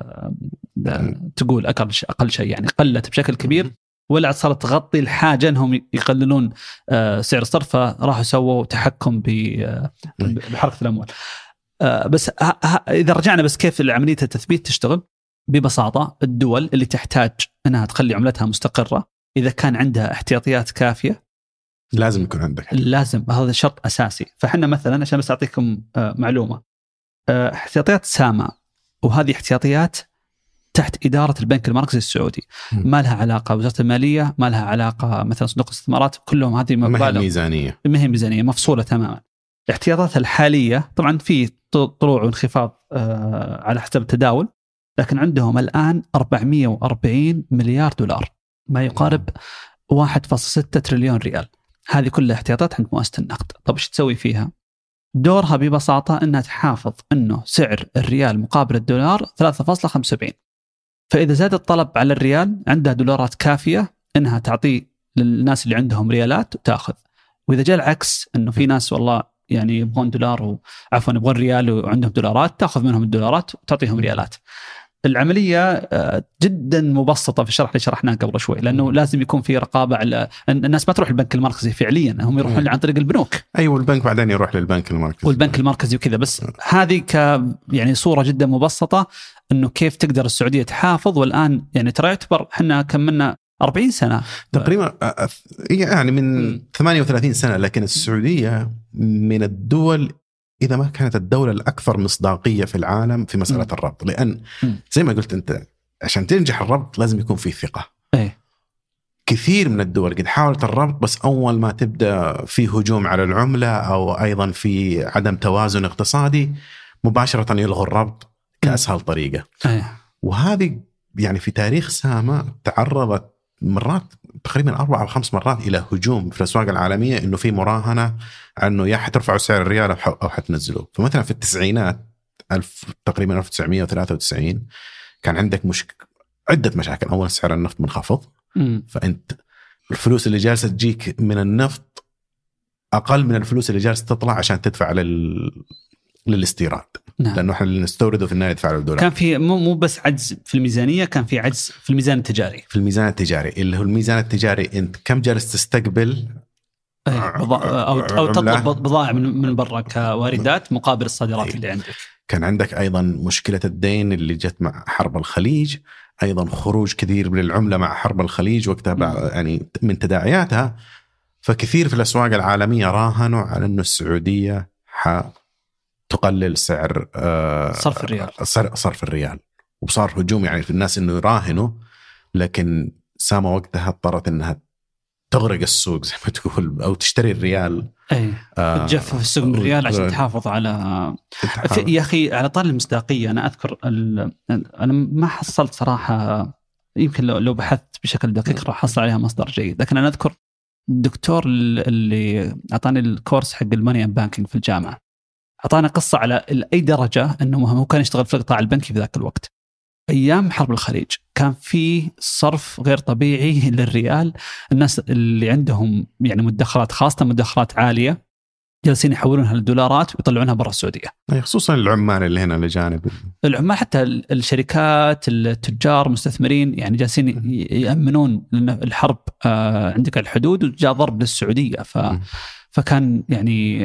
تقول أقل أقل شيء، يعني قلت بشكل كبير ولا صارت تغطي الحاجة أنهم يقللون سعر الصرف، فراحوا سووا تحكم بحركة الأموال. بس إذا رجعنا بس كيف عملية التثبيت تشتغل ببساطة، الدول اللي تحتاج أنها تخلي عملتها مستقرة إذا كان عندها احتياطيات كافية لازم يكون عندك، لازم، هذا شرط أساسي. فحنا مثلا عشان بس أعطيكم معلومة، احتياطيات ساما، وهذه احتياطيات تحت إدارة البنك المركزي السعودي، ما لها علاقة وزارة المالية، ما لها علاقة مثلا صندوق الاستثمارات، كلهم هذه مبالغ ميزانية مهمة ميزانية مفصولة تماما. احتياطاتها الحالية طبعا في طلوع وانخفاض آه على حسب التداول، لكن عندهم الآن أربعمائة وأربعين مليار دولار، ما يقارب واحد فاصلة ستة تريليون ريال. هذه كلها احتياطات عند مؤسسة النقد. طب ايش تسوي فيها؟ دورها ببساطة أنها تحافظ أنه سعر الريال مقابل الدولار ثلاثة فاصلة خمسة وسبعين، فإذا زاد الطلب على الريال عندها دولارات كافية أنها تعطي للناس اللي عندهم ريالات وتأخذ. وإذا جاء العكس أنه في ناس والله يعني يبغون دولار و... عفوا يبغون ريال وعندهم دولارات، تأخذ منهم الدولارات وتعطيهم ريالات. العملية جدا مبسطة في الشرح اللي شرحناه قبل شوي، لأنه لازم يكون في رقابة على الناس، ما تروح البنك المركزي فعليا، هم يروحون عن طريق البنوك. أيوة البنك بعدين يروح للبنك المركزي والبنك المركزي وكذا. بس هذه ك يعني صورة جدا مبسطة إنه كيف تقدر السعودية تحافظ. والآن يعني ترى يعتبر إحنا كملنا أربعين سنة تقريبا، يعني من م. ثمانية وثلاثين سنة، لكن السعودية من الدول إذا ما كانت الدولة الأكثر مصداقية في العالم في مسألة م. الربط، لأن م. زي ما قلت أنت عشان تنجح الربط لازم يكون فيه ثقة. أي. كثير من الدول قد حاولت الربط، بس أول ما تبدأ في هجوم على العملة أو أيضا في عدم توازن اقتصادي مباشرة يلغوا الربط كأسهل طريقة. أي. وهذه يعني في تاريخ سامة تعرضت مرات تقريبا أربع أو خمس مرات إلى هجوم في الأسواق العالمية، إنه في مراهنة أنه يا حترفعوا سعر الريال أو حتنزلوا. فمثلا في التسعينات ألف تقريبا ألف وتسعمائة وثلاثة وتسعين كان عندك مش عدة مشاكل. أولا سعر النفط منخفض، م. فأنت الفلوس اللي جالسة تجيك من النفط أقل من الفلوس اللي جالسة تطلع عشان تدفع لل للاستيراد. نعم. لأنه إحنا اللي نستورده في النهاية يدفع له الدولار. كان في مو مو بس عجز في الميزانية، كان في عجز في الميزان التجاري. في الميزان التجاري اللي هو الميزان التجاري أنت كم جالس تستقبل بضا... أو أو تطلب بضائع من من برا كواردات مقابل الصادرات اللي عندك. كان عندك أيضا مشكلة الدين اللي جت مع حرب الخليج، أيضا خروج كثير من العملة مع حرب الخليج وقتها يعني من تداعياتها. فكثير في الأسواق العالمية راهنوا على أنه السعودية ح تقلل سعر صرف الريال صرف الريال وصار هجوم يعني في الناس إنه يراهنوا. لكن سامة وقتها اضطرت إنها تغرق السوق زي ما تقول أو تشتري الريال، أي آه تجفف السوق من الريال عشان تحافظ على في يا أخي على طار المصداقية. أنا أذكر ال... أنا ما حصلت صراحة، يمكن لو, لو بحثت بشكل دقيق راح أحصل عليها مصدر جيد، لكن أنا أذكر الدكتور اللي أعطاني الكورس حق الماني أند بانكينج في الجامعة أعطانا قصة على أي درجة أنه هو كان يشتغل في القطاع البنكي في ذاك الوقت. أيام حرب الخليج كان في صرف غير طبيعي للريال، الناس اللي عندهم يعني مدخرات خاصة مدخرات عالية جالسين يحولونها للدولارات ويطلعونها برا السعودية، خصوصا العمال اللي هنا لجانب العمال، حتى الشركات التجار المستثمرين يعني جالسين يأمنون لأن الحرب عندك الحدود وجاء ضرب للسعودية. ف فكان يعني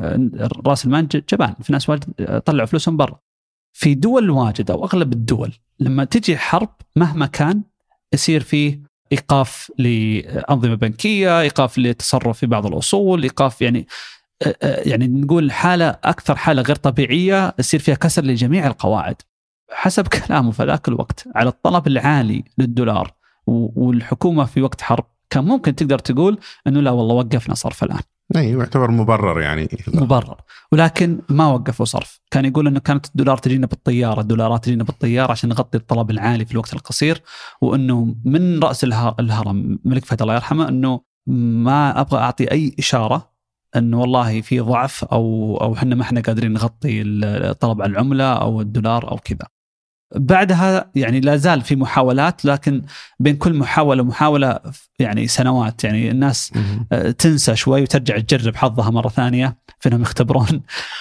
راس المال جبان، في ناس واجد طلعوا فلوسهم برا. في دول واجد أو أغلب الدول لما تجي حرب مهما كان يصير فيه إيقاف لأنظمة بنكية، إيقاف للتصرف في بعض الأصول، إيقاف يعني يعني نقول حالة أكثر حالة غير طبيعية يصير فيها كسر لجميع القواعد. حسب كلامه في ذاك الوقت على الطلب العالي للدولار والحكومة في وقت حرب كان ممكن تقدر تقول أنه لا والله وقفنا صرف الآن. أيوة يعتبر مبرر يعني مبرر، ولكن ما وقفوا صرف. كان يقول أنه كانت الدولار تجينا بالطيارة، الدولارات تجينا بالطيارة عشان نغطي الطلب العالي في الوقت القصير. وأنه من رأس الهرم ملك فهد الله يرحمه أنه ما أبغى أعطي أي إشارة أنه والله في ضعف أو أو إحنا ما إحنا قادرين نغطي الطلب على العملة أو الدولار أو كذا. بعدها يعني لا زال في محاولات، لكن بين كل محاولة ومحاولة يعني سنوات يعني الناس تنسى شوي وترجع تجرب حظها مرة ثانية في أنهم يختبرون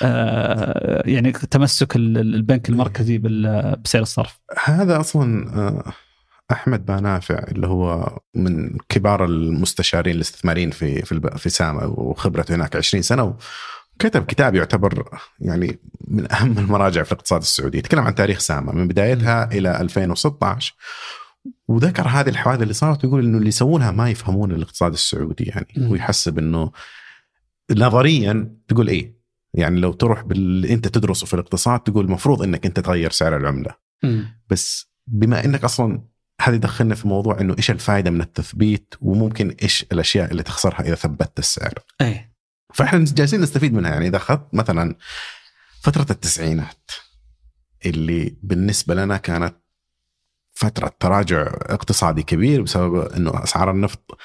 يعني تمسك البنك المركزي بسعر الصرف. هذا أصلا أحمد بانافع اللي هو من كبار المستشارين الاستثماريين في في في سامة وخبرته هناك عشرين سنة، كتب كتاب يعتبر يعني من أهم المراجع في الاقتصاد السعودي، يتكلم عن تاريخ سامة من بدايتها إلى ألفين وستة عشر، وذكر هذه الحوادث اللي صارت ويقول إنه اللي يسوونها ما يفهمون الاقتصاد السعودي يعني م. ويحسب إنه نظريا تقول إيه يعني لو تروح بال أنت تدرسه في الاقتصاد تقول مفروض إنك أنت تغير سعر العملة م. بس بما إنك أصلا هذه دخلنا في موضوع إنه إيش الفائدة من التثبيت وممكن إيش الأشياء اللي تخسرها إذا ثبتت السعر. أي. فاحنا جالسين نستفيد منها. يعني اذا اخذت مثلا فتره التسعينات اللي بالنسبه لنا كانت فتره تراجع اقتصادي كبير بسبب انه اسعار النفط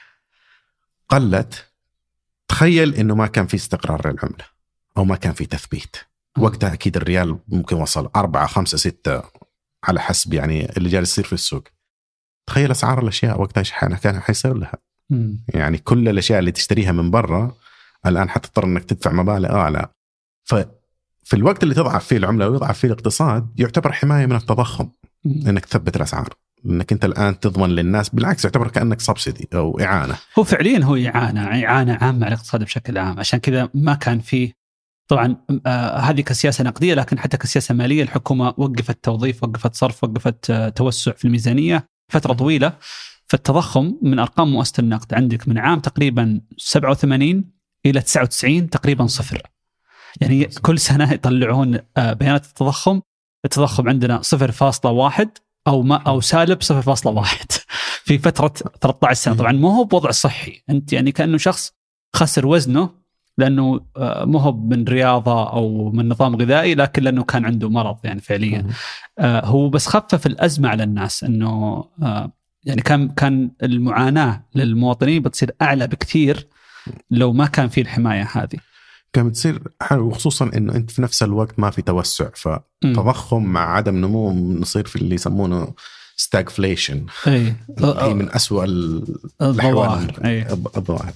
قلت، تخيل انه ما كان في استقرار للعمله او ما كان في تثبيت. وقتها اكيد الريال ممكن وصل أربعة خمسة ستة على حسب يعني اللي جالس يصير في السوق. تخيل اسعار الاشياء وقتها ايش كان حيصير لها. مم. يعني كل الاشياء اللي تشتريها من برا الان حتضطر انك تدفع مبالغ اعلى. ففي الوقت اللي تضعف فيه العمله ويضعف فيه الاقتصاد يعتبر حمايه من التضخم. مم. انك تثبت الاسعار، انك انت الان تضمن للناس، بالعكس يعتبر كانك سبسيدي او اعانه. هو فعليا هو اعانه اعانه عامه على الاقتصاد بشكل عام. عشان كذا ما كان فيه طبعا آه هذه كسياسه نقديه، لكن حتى كسياسه ماليه الحكومه وقفت توظيف، وقفت صرف، وقفت آه توسع في الميزانيه فتره طويله. فالتضخم من ارقام مؤسسه النقد عندك من عام تقريبا سبعة وثمانين الى تسعة وتسعين تقريبا صفر. يعني كل سنه يطلعون آه بيانات التضخم. التضخم عندنا صفر فاصلة واحد او ما او سالب صفر فاصلة واحد في فتره ثلاثة عشر سنه. طبعا مو هو بوضع صحي، انت يعني كانه شخص خسر وزنه لانه مو هو من رياضه او من نظام غذائي، لكن لانه كان عنده مرض يعني فعليا. هو بس خفف الازمه على الناس، انه يعني كان كان المعاناه للمواطنين بتصير اعلى بكثير لو ما كان في الحمايه هذه. كانت بتصير، وخصوصا انه انت في نفس الوقت ما في توسع، فتضخم مع عدم نمو نصير في اللي يسمونه ستاغفليشن. اي هي من أسوأ الظواهر. الظواهر.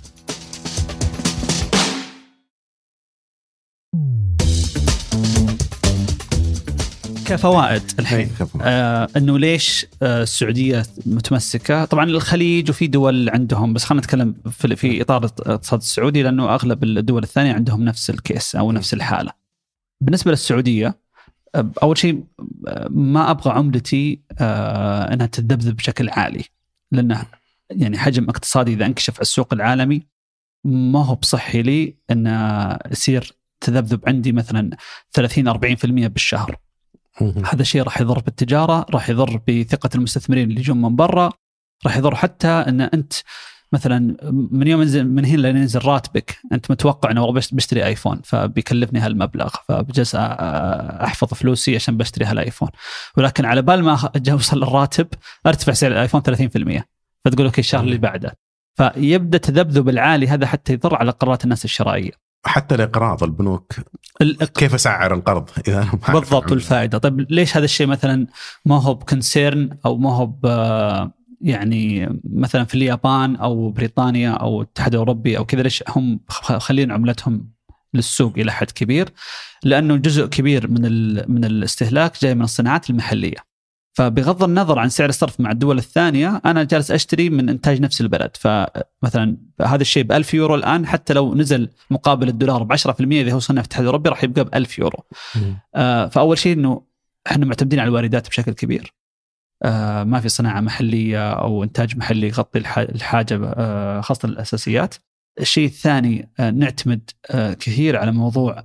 كفوائد الحين آه انه ليش آه السعوديه متمسكه. طبعا الخليج وفي دول عندهم، بس خلينا نتكلم في, في اطار الاقتصاد السعودي لانه اغلب الدول الثانيه عندهم نفس الكيس او نفس الحاله. بالنسبه للسعوديه آه اول شيء آه ما ابغى عملتي آه انها تذبذب بشكل عالي، لانه يعني حجم اقتصادي اذا انكشف على السوق العالمي ما هو بصحي لي ان يصير تذبذب عندي مثلا ثلاثين أربعين بالمئة بالشهر. هذا الشيء راح يضر بالتجارة، راح يضر بثقة المستثمرين اللي يجون من برا، راح يضر حتى أن أنت مثلا من يوم ينزل من هنا لين ينزل راتبك أنت متوقع أنه والله بشتري آيفون فبيكلفني هالمبلغ، فبجلس أحفظ فلوسي عشان بشتري هالآيفون، ولكن على بال ما أوصل الراتب أرتفع سعر الآيفون ثلاثين بالمئة، فتقول أوكي الشهر اللي بعده، فيبدأ تذبذب العالي هذا حتى يضر على قرارات الناس الشرائية. حتى الإقراض البنوك كيف أسعر القرض إذا بالضبط والفائدة. طيب ليش هذا الشيء مثلا ما هو بكونسيرن أو ما هو يعني مثلا في اليابان أو بريطانيا أو الاتحاد الأوروبي أو كذا، ليش هم خلين عملتهم للسوق إلى حد كبير؟ لأنه جزء كبير من من الاستهلاك جاي من الصناعات المحلية. فبغض النظر عن سعر الصرف مع الدول الثانية أنا جالس أشتري من إنتاج نفس البلد. فمثلا هذا الشيء بألف يورو الآن، حتى لو نزل مقابل الدولار بعشرة في المئة إذا هو صنع في الاتحاد الأوروبي راح يبقى بألف يورو. آه فأول شيء إنه إحنا معتمدين على الواردات بشكل كبير. آه ما في صناعة محلية أو إنتاج محلي يغطي الحاجة آه خاصة الأساسيات. الشيء الثاني آه نعتمد آه كثير على موضوع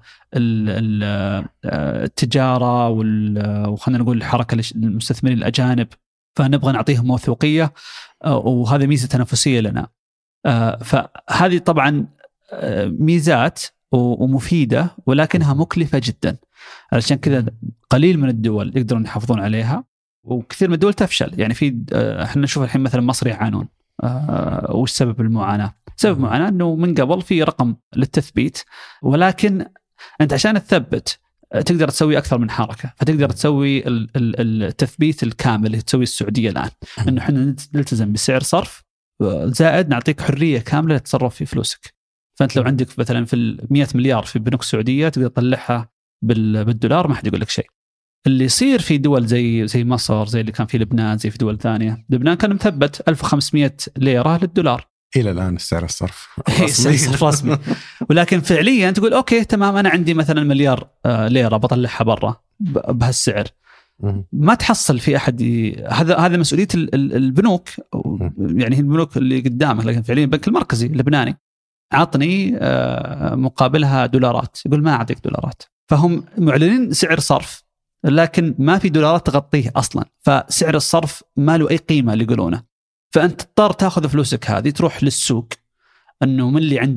التجارة وخلنا نقول الحركة المستثمرين الأجانب، فنبغى نعطيهم موثوقية وهذا ميزة تنافسية لنا. فهذه طبعا ميزات ومفيدة ولكنها مكلفة جدا، علشان كذا قليل من الدول يقدرون يحافظون عليها وكثير من الدول تفشل. يعني في احنا نشوف الحين مثلا مصر يعانون. وش سبب المعاناة؟ سبب المعاناة أنه من قبل في رقم للتثبيت، ولكن أنت عشان تثبت تقدر تسوي أكثر من حركة، فتقدر تسوي التثبيت الكامل اللي تسوي السعودية الآن، أنه إحنا نلتزم بسعر صرف زائد نعطيك حرية كاملة للتصرف في فلوسك. فأنت لو عندك مثلا في المئة مليار في بنوك السعودية تقدر تطلعها بالدولار ما حد يقول لك شيء. اللي يصير في دول زي زي مصر، زي اللي كان في لبنان، زي في دول ثانية، لبنان كان مثبت ألف وخمسمئة ليرة للدولار إلى الآن السعر الصرف رسمي. رسمي ولكن فعليا تقول أوكي تمام أنا عندي مثلا مليار ليرة بطلعها برا بهالسعر، ما تحصل في أحد. هذا هذا مسؤولية البنوك، يعني هي البنوك اللي قدامك، لكن فعليا البنك المركزي اللبناني عطني مقابلها دولارات، يقول ما أعطيك دولارات. فهم معلنين سعر صرف لكن ما في دولارات تغطيه أصلا، فسعر الصرف ما له أي قيمة اللي يقولونه. فأنت تضطر تأخذ فلوسك هذه تروح للسوق، أنه من اللي عنده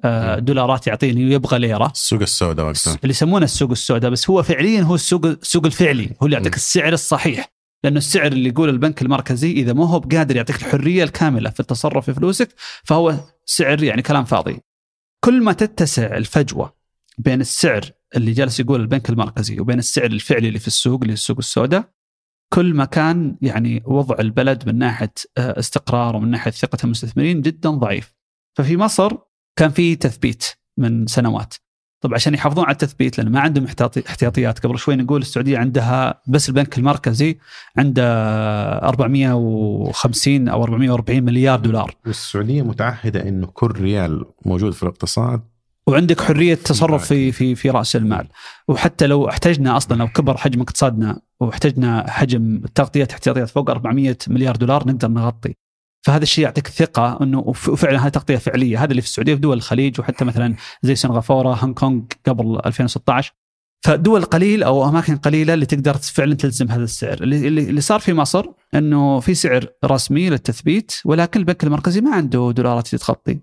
دولارات يعطيني ويبغى ليرة. السوق السوداء وقتها اللي يسمونه السوق السوداء، بس هو فعليا هو السوق السوق الفعلي، هو اللي يعطيك السعر الصحيح. لأنه السعر اللي يقول البنك المركزي إذا ما هو بقادر يعطيك الحرية الكاملة في التصرف في فلوسك فهو سعر يعني كلام فاضي. كل ما تتسع الفجوة بين السعر اللي جالس يقول البنك المركزي وبين السعر الفعلي اللي في السوق اللي السوق السوداء، كل ما كان يعني وضع البلد من ناحية استقرار ومن ناحية ثقة المستثمرين جدا ضعيف. ففي مصر كان في تثبيت من سنوات، طبعا عشان يحافظون على التثبيت لأن ما عندهم احتياطيات. قبل شوي نقول السعودية عندها بس البنك المركزي عنده أربعمائة وخمسين أو أربعمائة وأربعين مليار دولار، والسعودية متعهدة إنه كل ريال موجود في الاقتصاد وعندك حرية تصرف في في في رأس المال. وحتى لو احتجنا أصلا لو كبر حجم اقتصادنا واحتجنا حجم تغطية احتياطيات فوق أربعمائة مليار دولار نقدر نغطي. فهذا الشيء يعطيك ثقة أنه فعلا هذه تغطية فعلية. هذا اللي في السعودية في دول الخليج وحتى مثلا زي سنغافورة هونغ كونغ قبل ألفين وستة عشر. فدول قليل أو أماكن قليلة اللي تقدر فعلا تلزم هذا السعر. اللي, اللي صار في مصر أنه في سعر رسمي للتثبيت، ولكن البنك المركزي ما عنده دولارات تغطي.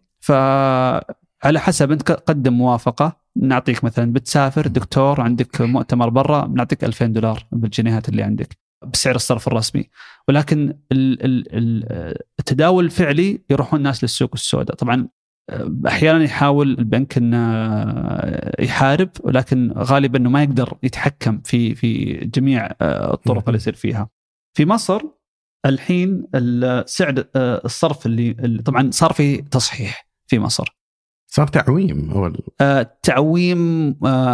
فعلى حسب أنت قدم موافقة، نعطيك مثلا بتسافر دكتور عندك مؤتمر برا بنعطيك ألفين دولار بالجنيهات اللي عندك بسعر الصرف الرسمي، ولكن التداول الفعلي يروحون الناس للسوق السوداء. طبعا أحيانا يحاول البنك أنه يحارب، ولكن غالبا أنه ما يقدر يتحكم في في جميع الطرق اللي يصير فيها. في مصر الحين سعر الصرف اللي طبعا صار في تصحيح في مصر، صار تعويم أول تعويم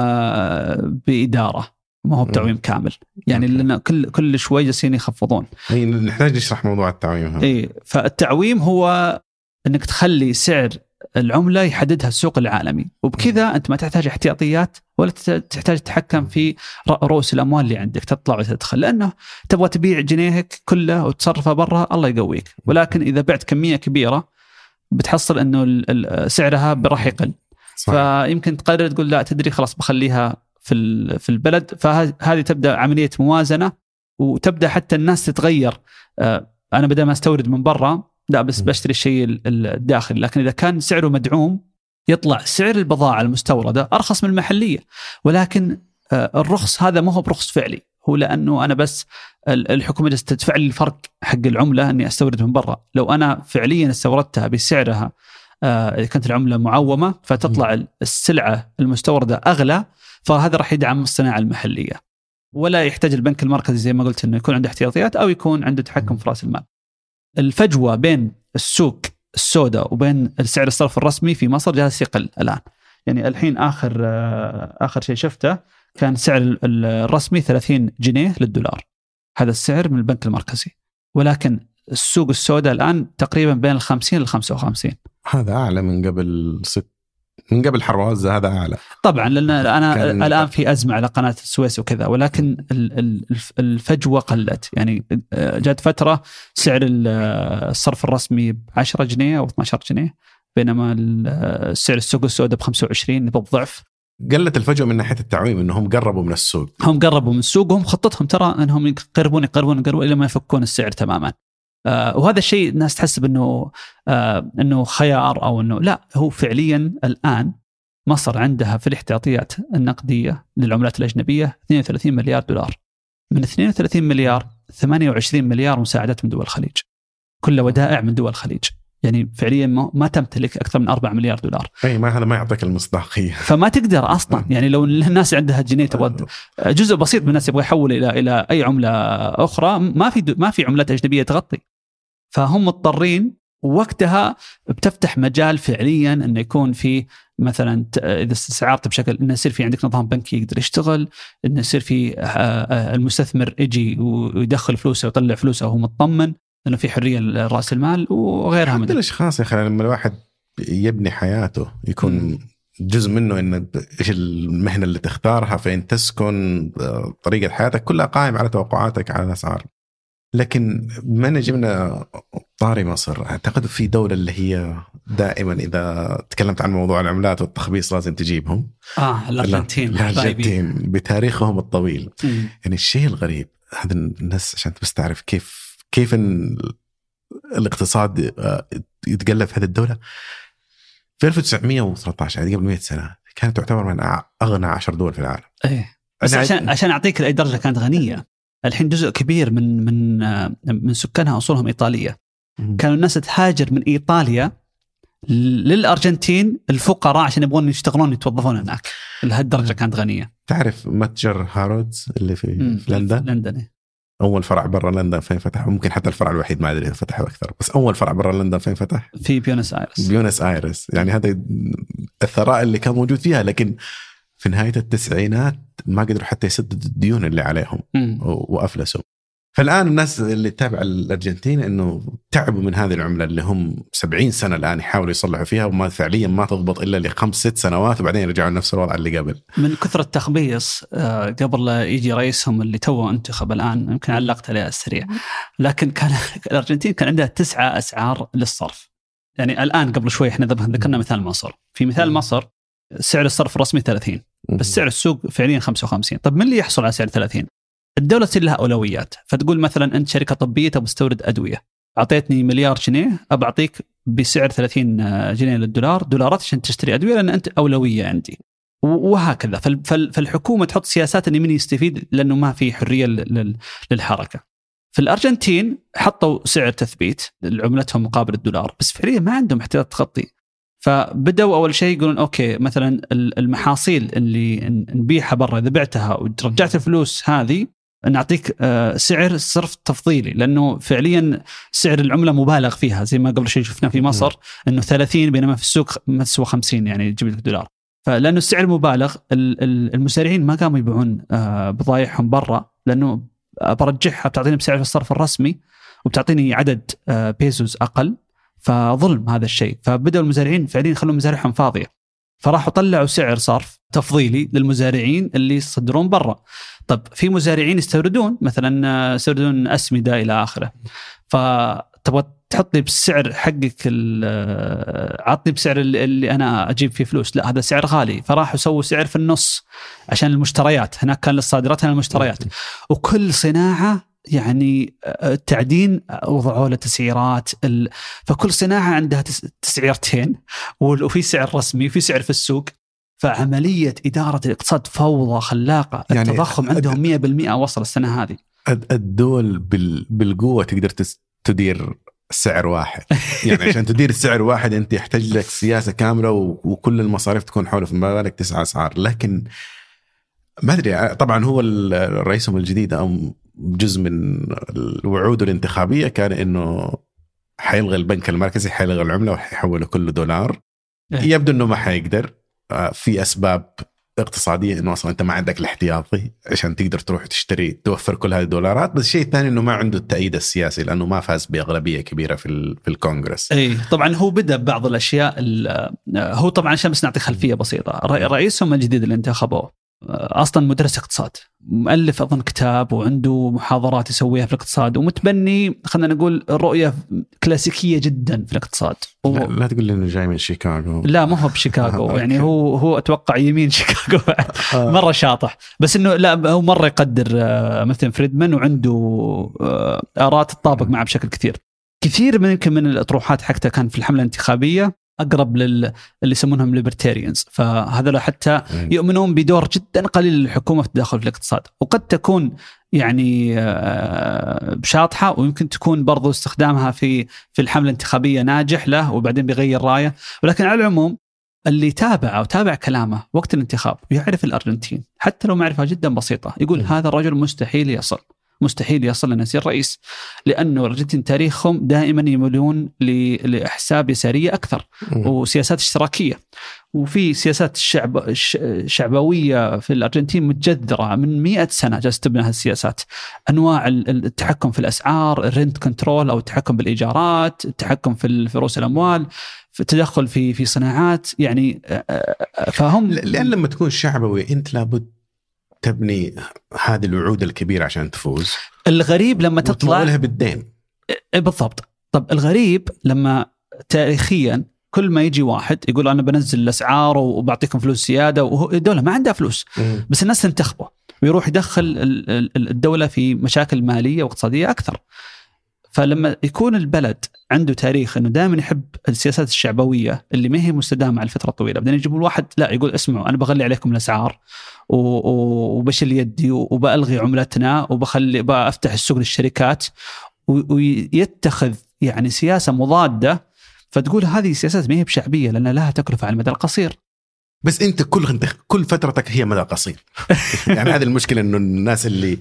بإدارة، ما هو بتعويم كامل يعني، لأن كل كل شوي جالسين يخفضون. اي نحتاج نشرح موضوع التعويم هذا. اي فالتعويم هو انك تخلي سعر العملة يحددها السوق العالمي، وبكذا انت ما تحتاج احتياطيات ولا تحتاج تتحكم في رؤوس الاموال اللي عندك تطلع وتدخل، لانه تبغى تبيع جنيهك كله وتصرفه برا الله يقويك. ولكن اذا بعت كمية كبيرة بتحصل انه سعرها راح يقل. فيمكن تقرر تقول لا تدري خلاص بخليها في في البلد. فهذه تبدا عمليه موازنه، وتبدا حتى الناس تتغير. انا بدل ما استورد من برا لا بس بشتري الشيء الداخلي. لكن اذا كان سعره مدعوم يطلع سعر البضاعه المستورده ارخص من المحليه، ولكن الرخص هذا ما هو برخص فعلي، هو لانه انا بس الحكومه جالسه تدفع لي الفرق حق العمله اني استورد من برا. لو انا فعليا استوردتها بسعرها اذا كانت العمله معومه فتطلع السلعه المستورده اغلى، فهذا راح يدعم الصناعة المحلية. ولا يحتاج البنك المركزي زي ما قلت أنه يكون عنده احتياطيات أو يكون عنده تحكم في رأس المال. الفجوة بين السوق السوداء وبين السعر الصرف الرسمي في مصر جالس يقل الآن. يعني الحين آخر آخر شيء شفته كان سعر الرسمي ثلاثين جنيه للدولار، هذا السعر من البنك المركزي. ولكن السوق السوداء الآن تقريبا بين الخمسين للخمسة وخمسين. هذا أعلى من قبل ست من قبل حرب غزة، هذا أعلى طبعا لأن أنا الآن في أزمة على قناة السويس وكذا، ولكن الفجوة قلت. يعني جات فترة سعر الصرف الرسمي بعشرة جنيه أو اثنا عشر جنيه، بينما السعر السوق السوداء بخمسة وعشرين، بالضعف. قلت الفجوة من ناحية التعويم، إنهم قربوا من السوق. هم قربوا من السوق، وهم خطتهم ترى أنهم يقربون يقربون يقربون إلى ما يفكون السعر تماما. آه وهذا الشيء الناس تحسب انه آه انه خيار او انه لا، هو فعليا الان مصر عندها في الاحتياطيات النقديه للعملات الاجنبيه اثنين وثلاثين مليار دولار. من اثنين وثلاثين مليار ثمانية وعشرين مليار مساعدات من دول الخليج، كل ودائع من دول الخليج. يعني فعليا ما تمتلك اكثر من أربعة مليار دولار. اي ما هذا ما يعطيك المصداقيه، فما تقدر اصلا. يعني لو الناس عندها جنيه تبغى جزء بسيط من الناس يبغى يحول الى الى اي عمله اخرى، ما في ما في عملات اجنبيه تغطي. فهم مضطرين، ووقتها بتفتح مجال فعليا انه يكون في مثلا اذا استشعرت بشكل انه يصير في عندك نظام بنكي يقدر يشتغل، انه يصير في المستثمر يجي ويدخل فلوسه ويطلع فلوسه وهو مطمن انه في حريه لراس المال وغيرها. من الاشخاص يا اخي لما الواحد يبني حياته يكون م. جزء منه ان ايش المهنه اللي تختارها، فين تسكن، طريقه حياتك كلها قائمه على توقعاتك على الاسعار. لكن ما جبنا طاري مصر، اعتقد في دوله اللي هي دائما اذا تكلمت عن موضوع العملات والتخبيص لازم تجيبهم. اه الارجنتين الارجنتين بتاريخهم الطويل. م. يعني الشيء الغريب هذا الناس عشان بس تعرف كيف كيف الاقتصاد يتقلب في هذه الدولة. في ألف وتسعمية وثلاثة عشر يعني قبل مئة سنة كانت تعتبر من أغنى عشر دول في العالم. إيه. بس عشان عشان أعطيك لأي درجة كانت غنية. الحين جزء كبير من من من سكانها أصولهم إيطالية. كانوا الناس تهاجر من إيطاليا للأرجنتين الفقراء عشان يبغون يشتغلون يتوظفون هناك. لهالدرجة كانت غنية. تعرف متجر هارودز اللي في, في لندن؟ لندن أول فرع برا لندن فين فتح؟ ممكن حتى الفرع الوحيد ما أدري فتحه أكثر، بس أول فرع برا لندن فين فتح؟ في بيونس آيرس. بيونس آيرس. يعني هذا الثراء اللي كان موجود فيها، لكن في نهاية التسعينات ما قدروا حتى يسددوا الديون اللي عليهم وأفلسوا. فالآن الناس اللي تتابع الأرجنتين إنه تعبوا من هذه العملة اللي هم سبعين سنة الآن يحاولوا يصلحوا فيها، وما فعليا ما تضبط إلا لخمس ست سنوات، وبعدين يرجعوا لنفس الوضع اللي قبل. من كثرة التخبيص قبل لا يجي رئيسهم اللي توه انتخب الآن، يمكن علقت عليه السريع، لكن كان الأرجنتين كان عندها تسعة أسعار للصرف. يعني الآن قبل شوي إحنا ذكرنا مثال مصر. في مثال مصر سعر الصرف الرسمي ثلاثين، بس سعر السوق فعليا خمسة وخمسين. طب من اللي يحصل على سعر ثلاثين؟ الدولة تصير لها أولويات. فتقول مثلا أنت شركة طبية تبغى تستورد أدوية، أعطيتني مليار جنيه، أبعطيك بسعر ثلاثين جنيه للدولار دولارات عشان تشتري أدوية لأن أنت أولوية عندي، وهكذا. فالحكومة تحط سياسات أن من يستفيد لأنه ما في حرية للحركة. في الأرجنتين حطوا سعر تثبيت لعملتهم مقابل الدولار، بس فعليا ما عندهم احتياط تغطي. فبدأوا أول شيء يقولون أوكي مثلا المحاصيل اللي نبيعها برا إذا بعتها ورجعت الفلوس هذه نعطيك سعر صرف تفضيلي، لأنه فعليا سعر العملة مبالغ فيها زي ما قبل شيء شفنا في مصر إنه ثلاثين بينما في السوق ما تسوى خمسين، يعني تجيب لك دولار. فلأنه السعر مبالغ المزارعين ما قاموا يبيعون بضايعهم برا، لأنه برجعها بتعطيني بسعر الصرف الرسمي وبتعطيني عدد بيزوز أقل، فظلم هذا الشيء. فبدأوا المزارعين فعليا يخلون مزارعهم فاضية، فراحوا طلعوا سعر صرف تفضيلي للمزارعين اللي يصدرون برا. طب في مزارعين يستوردون مثلا يستوردون أسمدة إلى آخره، فتبغى تحط لي بالسعر حقك عطني بسعر اللي أنا أجيب فيه فلوس، لا هذا سعر غالي. فراحوا سووا سعر في النص عشان المشتريات، هناك كان للصادرات هنا المشتريات. وكل صناعة يعني التعدين وضعوا له تسعيرات ال... فكل صناعة عندها تس... تسعيرتين، وفي سعر رسمي وفي سعر في السوق. فعملية إدارة الاقتصاد فوضى خلاقة. يعني التضخم عندهم مئة بالمئة وصل السنة هذه. الدول بال... بالقوة تقدر تس... تدير سعر واحد. يعني عشان تدير السعر واحد أنت يحتاج لك سياسة كاملة و... وكل المصاريف تكون حوله، في بالك تسعة أسعار. لكن ما أدري، طبعا هو الرئيسهم الجديد أو جزء من الوعود الانتخابية كان إنه حيلغي البنك المركزي، حيلغي العملة وحيحوله كله دولار. يبدو إنه ما حيقدر، في أسباب اقتصادية، إنه أصلا أنت ما عندك الاحتياطي عشان تقدر تروح تشتري توفر كل هذه الدولارات. بس الشيء الثاني إنه ما عنده التأييد السياسي لأنه ما فاز بأغلبية كبيرة في في الكونغرس. أي طبعا هو بدأ بعض الأشياء. هو طبعا عشان بس نعطي خلفية بسيطة، رئيسهم الجديد اللي انتخبوه أصلاً مدرس اقتصاد، مؤلف أظن كتاب وعنده محاضرات يسويها في الاقتصاد، ومتبني خلينا نقول رؤية كلاسيكية جدا في الاقتصاد. و... لا, لا تقول لي إنه جاي من شيكاغو. لا ما هو بشيكاغو. يعني هو هو أتوقع يمين شيكاغو بعد. مرة شاطح، بس إنه لا هو مرة يقدر مثلا فريدمان، وعنده آراء تطابق معه بشكل كثير. كثير من يمكن من الأطروحات حتى كان في الحملة الانتخابية أقرب لل اللي يسمونهم ليبرتاريانز. فهذا لو حتى يؤمنون بدور جدا قليل للحكومة في التدخل في الاقتصاد، وقد تكون يعني بشاطحة، ويمكن تكون برضو استخدامها في في الحملة الانتخابية ناجح له وبعدين بيغير رايه. ولكن على العموم اللي تابع أو تابع كلامه وقت الانتخاب ويعرف الأرجنتين حتى لو معرفة جدا بسيطة، يقول م. هذا الرجل مستحيل يصل مستحيل يصل أن يصير رئيس، لأنه الأرجنتين تاريخهم دائما يميلون لأحساب يسارية أكثر م. وسياسات اشتراكية. وفي سياسات الشعب الشعبوية في الأرجنتين متجذرة من مئة سنة جالس تبنى هالسياسات. أنواع التحكم في الأسعار، الرنت كنترول أو التحكم بالإيجارات، التحكم في رؤوس الأموال، في التدخل في في صناعات. يعني فهم لأن لما تكون شعبوي أنت لابد تبني هذه الوعود الكبيرة عشان تفوز. الغريب لما تطلع لها بالدين. بالضبط. طب الغريب لما تاريخيا كل ما يجي واحد يقول أنا بنزل الأسعار وبعطيكم فلوس زيادة، والدولة ما عندها فلوس م. بس الناس تنتخبه ويروح يدخل الدولة في مشاكل مالية واقتصادية أكثر. فلما يكون البلد عنده تاريخ انه دائما يحب السياسات الشعبويه اللي ما هي مستدامه على الفتره الطويله، بعدين يجيبوا الواحد لا يقول اسمعوا انا بغلي عليكم الاسعار وبشل يدي وبألغي عملتنا وبخلي بفتح السوق للشركات ويتخذ يعني سياسه مضاده، فتقول هذه سياسات ما هي بشعبيه لان لها تكلفه على المدى القصير. بس انت كل كل فترتك هي مدى قصير. يعني هذه المشكله انه الناس اللي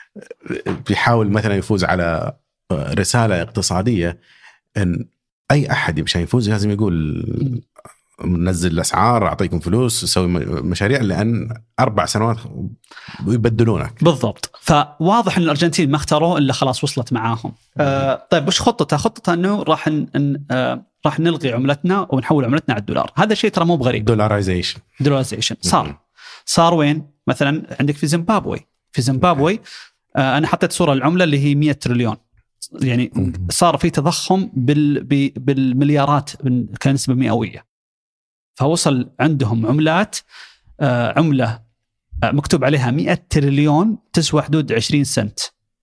بيحاول مثلا يفوز على رسالة اقتصادية ان اي احد يبغى يفوز لازم يقول ننزل الاسعار اعطيكم فلوس سوي مشاريع، لان اربع سنوات يبدلونك. بالضبط. فواضح ان الارجنتين ما اختاروه الا خلاص وصلت معاهم. آه طيب وش خطتها؟ خطتها انه راح ن... آه راح نلغي عملتنا ونحول عملتنا على الدولار. هذا شيء ترى مو بغريب. دولاريزيشن دولاريزيشن صار صار وين؟ مثلا عندك في زيمبابوي في زيمبابوي آه انا حطيت صورة العملة اللي هي مئة تريليون، يعني صار في تضخم بال... بالمليارات كنسبة مئوية. فوصل عندهم عملات آه عملة آه مكتوب عليها مئة تريليون تسوى حدود عشرين سنت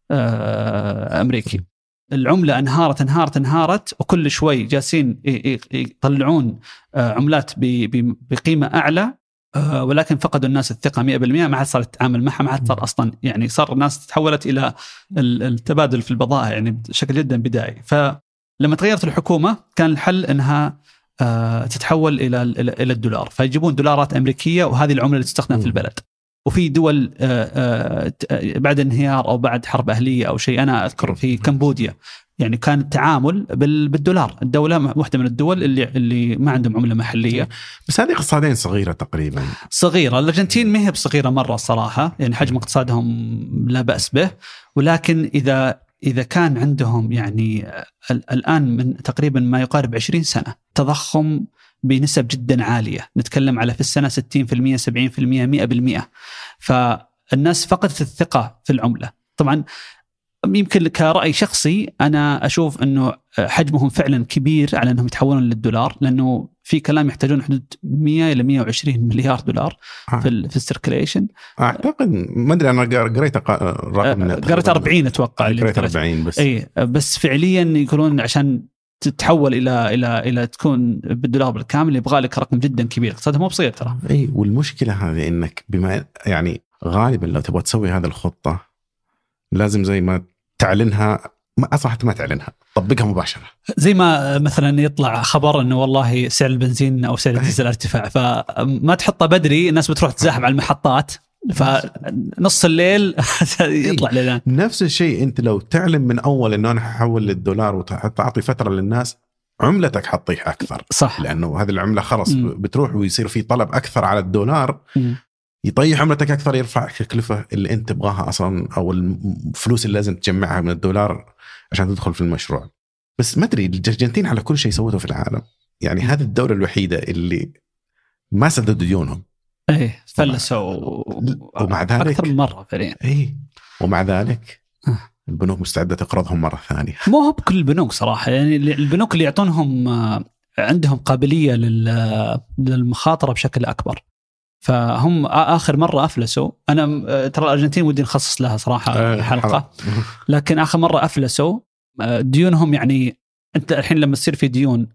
آه أمريكي. العملة انهارت انهارت انهارت وكل شوي جالسين يطلعون آه عملات بقيمة أعلى، آه ولكن فقدوا الناس الثقة مئة بالمئة، ما عاد صار يتعامل معها، ما عاد صار أصلا يعني صار الناس تحولت إلى التبادل في البضائع يعني بشكل جدا بدائي. فلما تغيرت الحكومة كان الحل أنها آه تتحول إلى إلى الدولار، فيجيبون دولارات أمريكية وهذه العملة اللي تستخدم في البلد. وفي دول آه آه بعد انهيار أو بعد حرب أهلية أو شيء، أنا أذكر في كمبوديا يعني كان التعامل بالدولار، الدولة واحدة من الدول اللي اللي ما عندهم عملة محلية. بس هذه اقتصادين صغيرة تقريبا. صغيرة. الأرجنتين ما هي بصغيرة مرة صراحة، يعني حجم اقتصادهم لا بأس به، ولكن إذا إذا كان عندهم يعني الآن من تقريبا ما يقارب عشرين سنة تضخم بنسب جدا عالية، نتكلم على في السنة ستين بالمئة سبعين بالمئة مئة بالمئة، فالناس فقدت الثقة في العملة. طبعا يمكن كرأي شخصي أنا أشوف أنه حجمهم فعلا كبير على أنهم يتحولون للدولار، لأنه في كلام يحتاجون حدود مئة إلى مئة وعشرين مليار دولار آه. في في السيركليشن. أعتقد ما أدري أنا قريت رقم قريت أربعين أتوقع. قريت أربعين بس. أي بس فعليا يقولون عشان تتحول إلى إلى إلى تكون بالدولار بالكامل يبغى لك رقم جدا كبير، اقتصادها مو بسيط ترى. أي والمشكلة هذه إنك بما يعني غالبا لو تبغى تسوي هذه الخطة لازم زي ما تعلنها ما أصلا ما تعلنها طبقها مباشرة. زي ما مثلا يطلع خبر انه والله سعر البنزين او سعر الديزل ارتفاع، فما تحطه بدري الناس بتروح تزاحم على المحطات، فنص الليل يطلع لنا. نفس الشيء انت لو تعلم من اول انه انا هحول للدولار وتعطي فترة للناس عملتك حتطيح اكثر. صح. لانه هذه العملة خلاص م. بتروح ويصير في طلب اكثر على الدولار، م. يطيح عملتك أكثر، يرفع التكلفة اللي أنت تبغاها أصلاً أو الفلوس اللي لازم تجمعها من الدولار عشان تدخل في المشروع. بس ما أدري الأرجنتين على كل شيء سوته في العالم، يعني هذه الدولة الوحيدة اللي ما سددوا ديونهم. إيه فلسوا ومع ذلك أكثر من مرة فعليا. إيه ومع ذلك البنوك مستعدة تقرضهم مرة ثانية. مو هو بكل البنوك صراحة، يعني البنوك اللي يعطونهم عندهم قابلية للمخاطرة بشكل أكبر، فهم آخر مرة أفلسوا. أنا ترى الأرجنتين ودي نخصص لها صراحة حلقة، لكن آخر مرة أفلسوا ديونهم. يعني أنت الحين لما تصير في ديون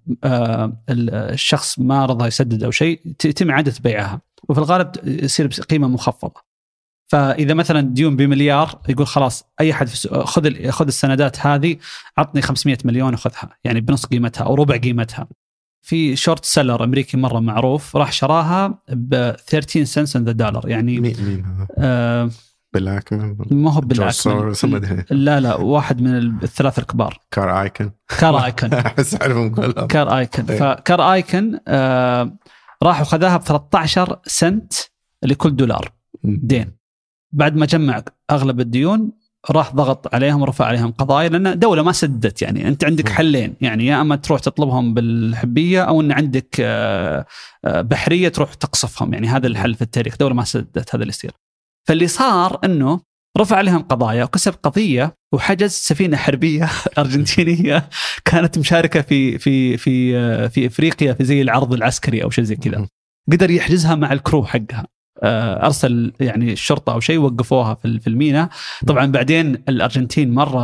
الشخص ما رضى يسدد أو شيء يتم إعادة بيعها، وفي الغالب يصير بقيمة مخفضة. فإذا مثلا ديون بمليار يقول خلاص أي أحد خذ خذ السندات هذه عطني خمسمئة مليون أخذها، يعني بنص قيمتها أو ربع قيمتها. في شورت سيلر أمريكي مرة معروف راح شراها ب ثلاثين سنت on the dollar، يعني مين مين هذا؟ آه بالأكمل ما هو بالأكمل، لا لا واحد من الثلاثة الكبار. كار آيكون. كار آيكون. أحس أعرفهم كلهم. كار آيكون. فكار آيكون آه راح وخذاها ب ثلاثة عشر سنت لكل دولار دين. بعد ما جمع أغلب الديون راح ضغط عليهم ورفع عليهم قضايا، لأن دولة ما سدت. يعني أنت عندك حلين، يعني يا أما تروح تطلبهم بالحبية أو أن عندك بحرية تروح تقصفهم، يعني هذا الحل في التاريخ. دولة ما سدت هذا اللي يصير. فاللي صار أنه رفع عليهم قضايا وكسب قضية وحجز سفينة حربية أرجنتينية كانت مشاركة في في في في إفريقيا في زي العرض العسكري أو شيء زي كذا، قدر يحجزها مع الكرو حقها. أرسل يعني الشرطة أو شيء وقفوها في الميناء. طبعا بعدين الأرجنتين مرة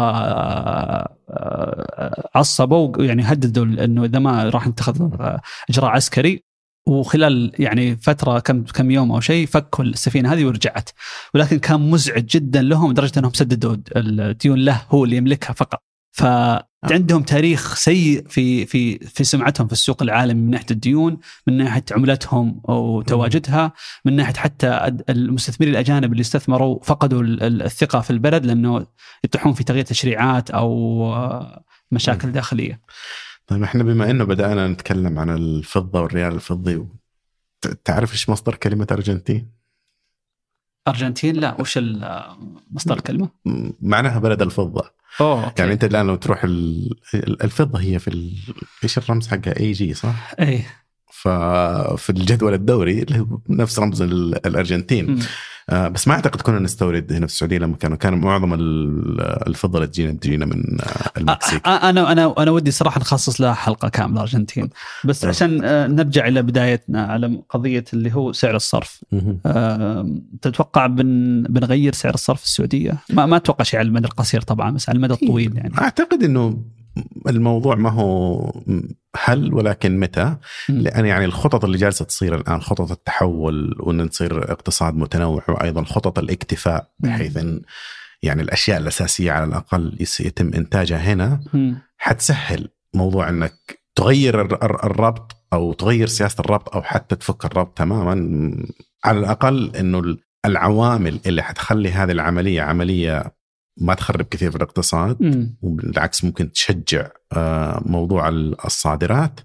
عصبوا يعني هددوا أنه إذا ما راح نتخذ إجراء عسكري، وخلال يعني فترة كم كم يوم أو شيء فكوا السفينة هذه ورجعت. ولكن كان مزعج جدا لهم لدرجة أنهم سددوا الديون له هو اللي يملكها فقط. فعندهم تاريخ سيء في في في سمعتهم في السوق العالمي من ناحية الديون، من ناحية عملتهم وتواجدها، من ناحية حتى المستثمرين الأجانب اللي استثمروا فقدوا الثقة في البلد لأنه يطيحون في تغيير تشريعات أو مشاكل داخلية. طيب احنا بما انه بدأنا نتكلم عن الفضة والريال الفضي، تعرف ايش مصدر كلمة أرجنتين؟ أرجنتين لا، وش مصدر الكلمة؟ معناها بلد الفضة. أوه، يعني انت الآن لو تروح الفضة هي في ال... ايش الرمز حقها؟ اي جي صح؟ اي. ففي الجدول الدوري اللي هو نفس رمز الأرجنتين. م. آه بس ما أعتقد كنا نستورد هنا في السعودية لما كانوا كان معظم الفضة اللي تجينا تجينا من المكسيك. أنا أنا أنا ودي صراحة نخصص لها حلقة كاملة أرجنتين، بس أه. عشان نرجع إلى بدايتنا على قضية اللي هو سعر الصرف. أه تتوقع بن بنغير سعر الصرف في السعودية؟ ما ما أتوقع شيء على المدى القصير طبعا، بس على المدى الطويل يعني أعتقد إنه الموضوع ما هو هل ولكن متى. لأن يعني الخطط اللي جالسة تصير الآن، خطط التحول وأن نصير اقتصاد متنوع، وأيضا خطط الاكتفاء بحيث أن يعني الأشياء الأساسية على الأقل يتم إنتاجها هنا، حتسهل موضوع أنك تغير الربط أو تغير سياسة الربط أو حتى تفك الربط تماما. على الأقل أنه العوامل اللي حتخلي هذه العملية عملية ما تخرب كثير في الاقتصاد، م. وبالعكس ممكن تشجع موضوع الصادرات،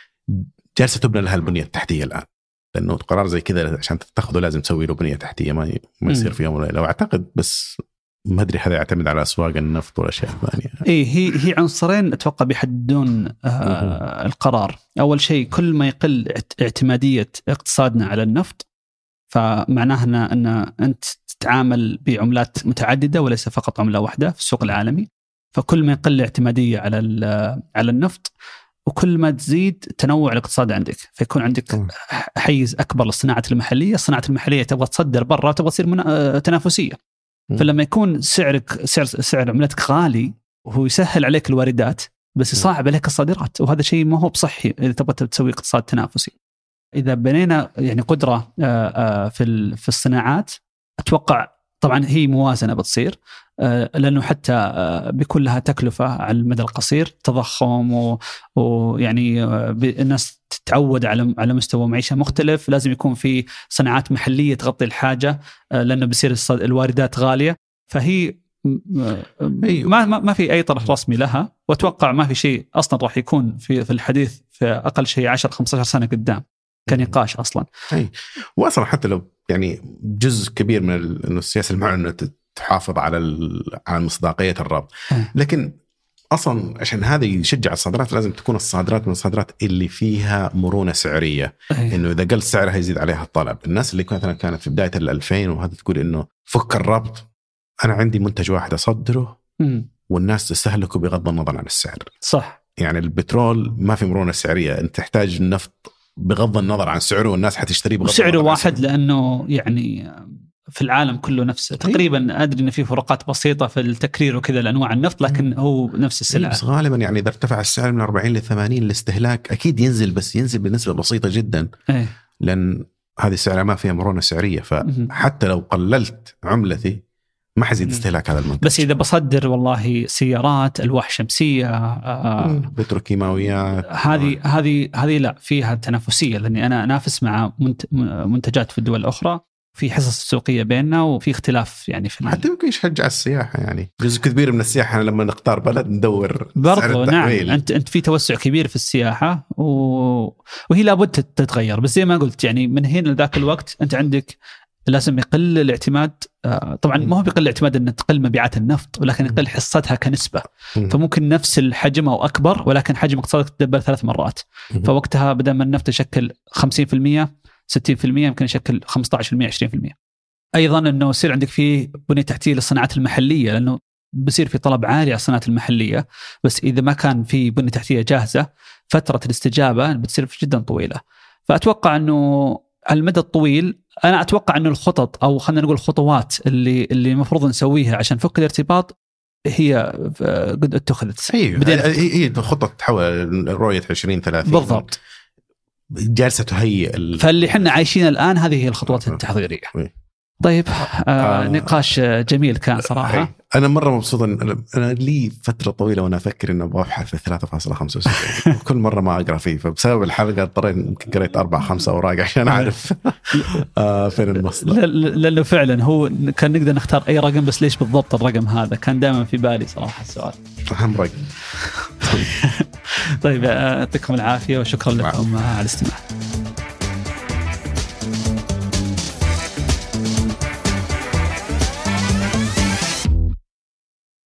جالسة تبنى لها البنية التحتية الآن. لأنه قرار زي كذا عشان تتخذه لازم تسوي له بنية تحتية، ما ما يصير في يوم وليلة. وأعتقد بس ما أدري هذا يعتمد على أسواق النفط والأشياء الثانية. إيه هي هي عنصرين أتوقع بيحددون آه القرار. أول شيء كل ما يقل اعتمادية اقتصادنا على النفط، فمعناه أن أنت تتعامل بعملات متعددة وليس فقط عملة واحدة في السوق العالمي. فكل ما يقل اعتمادية على على النفط، وكل ما تزيد تنوع الاقتصاد عندك، فيكون عندك حيز أكبر للصناعة المحلية. الصناعة المحلية تبغى تصدر برا، تبغى تصير تنافسية. فلما يكون سعرك سعر سعر عملتك غالي، وهو يسهل عليك الواردات بس يصعب عليك الصادرات، وهذا شيء ما هو بصحي إذا تبغى تسوي اقتصاد تنافسي. إذا بنينا يعني قدرة في في الصناعات، أتوقع طبعا هي موازنة بتصير، لأنه حتى بيكون لها تكلفة على المدى القصير، تضخم ويعني الناس تتعود على على مستوى معيشة مختلف. لازم يكون في صناعات محلية تغطي الحاجة، لأنه بيصير الواردات غالية. فهي ما ما في أي طرح رسمي لها، وأتوقع ما في شيء أصلا راح يكون في في الحديث في أقل شيء عشر خمسة عشر سنة قدام كنقاش أصلا. أي وأصلا حتى لو يعني جزء كبير من إنه السياسة المعنى تحافظ على على مصداقية الربط، لكن أصلا عشان هذا يشجع الصادرات لازم تكون الصادرات من الصادرات اللي فيها مرونة سعرية. أي. إنه إذا قل سعرها يزيد عليها الطلب. الناس اللي مثلا كانت في بداية الألفين وهذا تقول إنه فك الربط، أنا عندي منتج واحد أصدره م. والناس تستهلكه بغض النظر عن السعر. صح. يعني البترول ما في مرونة سعرية، أنت تحتاج النفط بغض النظر عن سعره، والناس حتشتريه بغض النظر عن سعره واحد، لأنه يعني في العالم كله نفسه تقريبا. أدري إن في فروقات بسيطة في التكرير وكذا لأنواع النفط، لكن هو نفس السلعة. بس غالبا يعني إذا ارتفع السعر من أربعين لثمانين الاستهلاك أكيد ينزل، بس ينزل بنسبة بسيطة جدا. أيه. لأن هذه السعر ما فيها مرونة سعرية، فحتى لو قللت عملتي ما حزيد استهلاك هذا المنتج. بس إذا بصدر والله سيارات، ألواح شمسية، آه بتروكيماويات، هذه هذه هذه لا فيها تنافسية، لأني أنا أنافس مع منتجات في الدول الأخرى، في حصص سوقية بيننا وفي اختلاف يعني في حتى ممكن يشجع السياحة. يعني جزء كبير من السياحة لما نختار بلد ندور برضو. نعم أنت أنت في توسع كبير في السياحة و... وهي لابد تتغير. بس زي ما قلت يعني من هنا لذاك الوقت أنت عندك لازم يقل الاعتماد. طبعا ما هو بيقل الاعتماد أن تقل مبيعات النفط، ولكن يقل حصتها كنسبة. فممكن نفس الحجم أو أكبر، ولكن حجم اقتصادك تدبر ثلاث مرات. فوقتها بدل ما النفط يشكل خمسين بالمئة ستين بالمئة يمكن يشكل خمسة عشر بالمئة عشرين بالمئة. أيضا أنه يصير عندك فيه بنية تحتية للصناعات المحلية، لأنه بصير في طلب عالي على الصناعات المحلية. بس إذا ما كان في بنية تحتية جاهزة، فترة الاستجابة بتصير جدا طويلة. فأتوقع أنه على المدى الطويل أنا أتوقع أن الخطط أو خلينا نقول الخطوات اللي اللي المفروض نسويها عشان نفك الارتباط هي قد اتخذت. هي هي خطة تحول رؤية عشرين ثلاثين بالضبط، جالسة تهيئ ال... فاللي حنا عايشين الآن هذه هي الخطوات التحضيرية. طيب آه آه نقاش جميل كان صراحة. أنا مرة مبسوط. أنا لي فترة طويلة وأنا أفكر إنه ببحث في ثلاثة فاصلة خمسة وستين كل مرة ما أقرأ فيه، فبسبب الحلقة اضطريت يمكن قريت أربع خمسة أوراق عشان أعرف آه فين المصدر. لأنه فعلا هو كان نقدر نختار أي رقم، بس ليش بالضبط الرقم هذا كان دائما في بالي صراحة السؤال. أهم رقم. طيب يعطيكم العافية وشكرا لكم على الاستماع.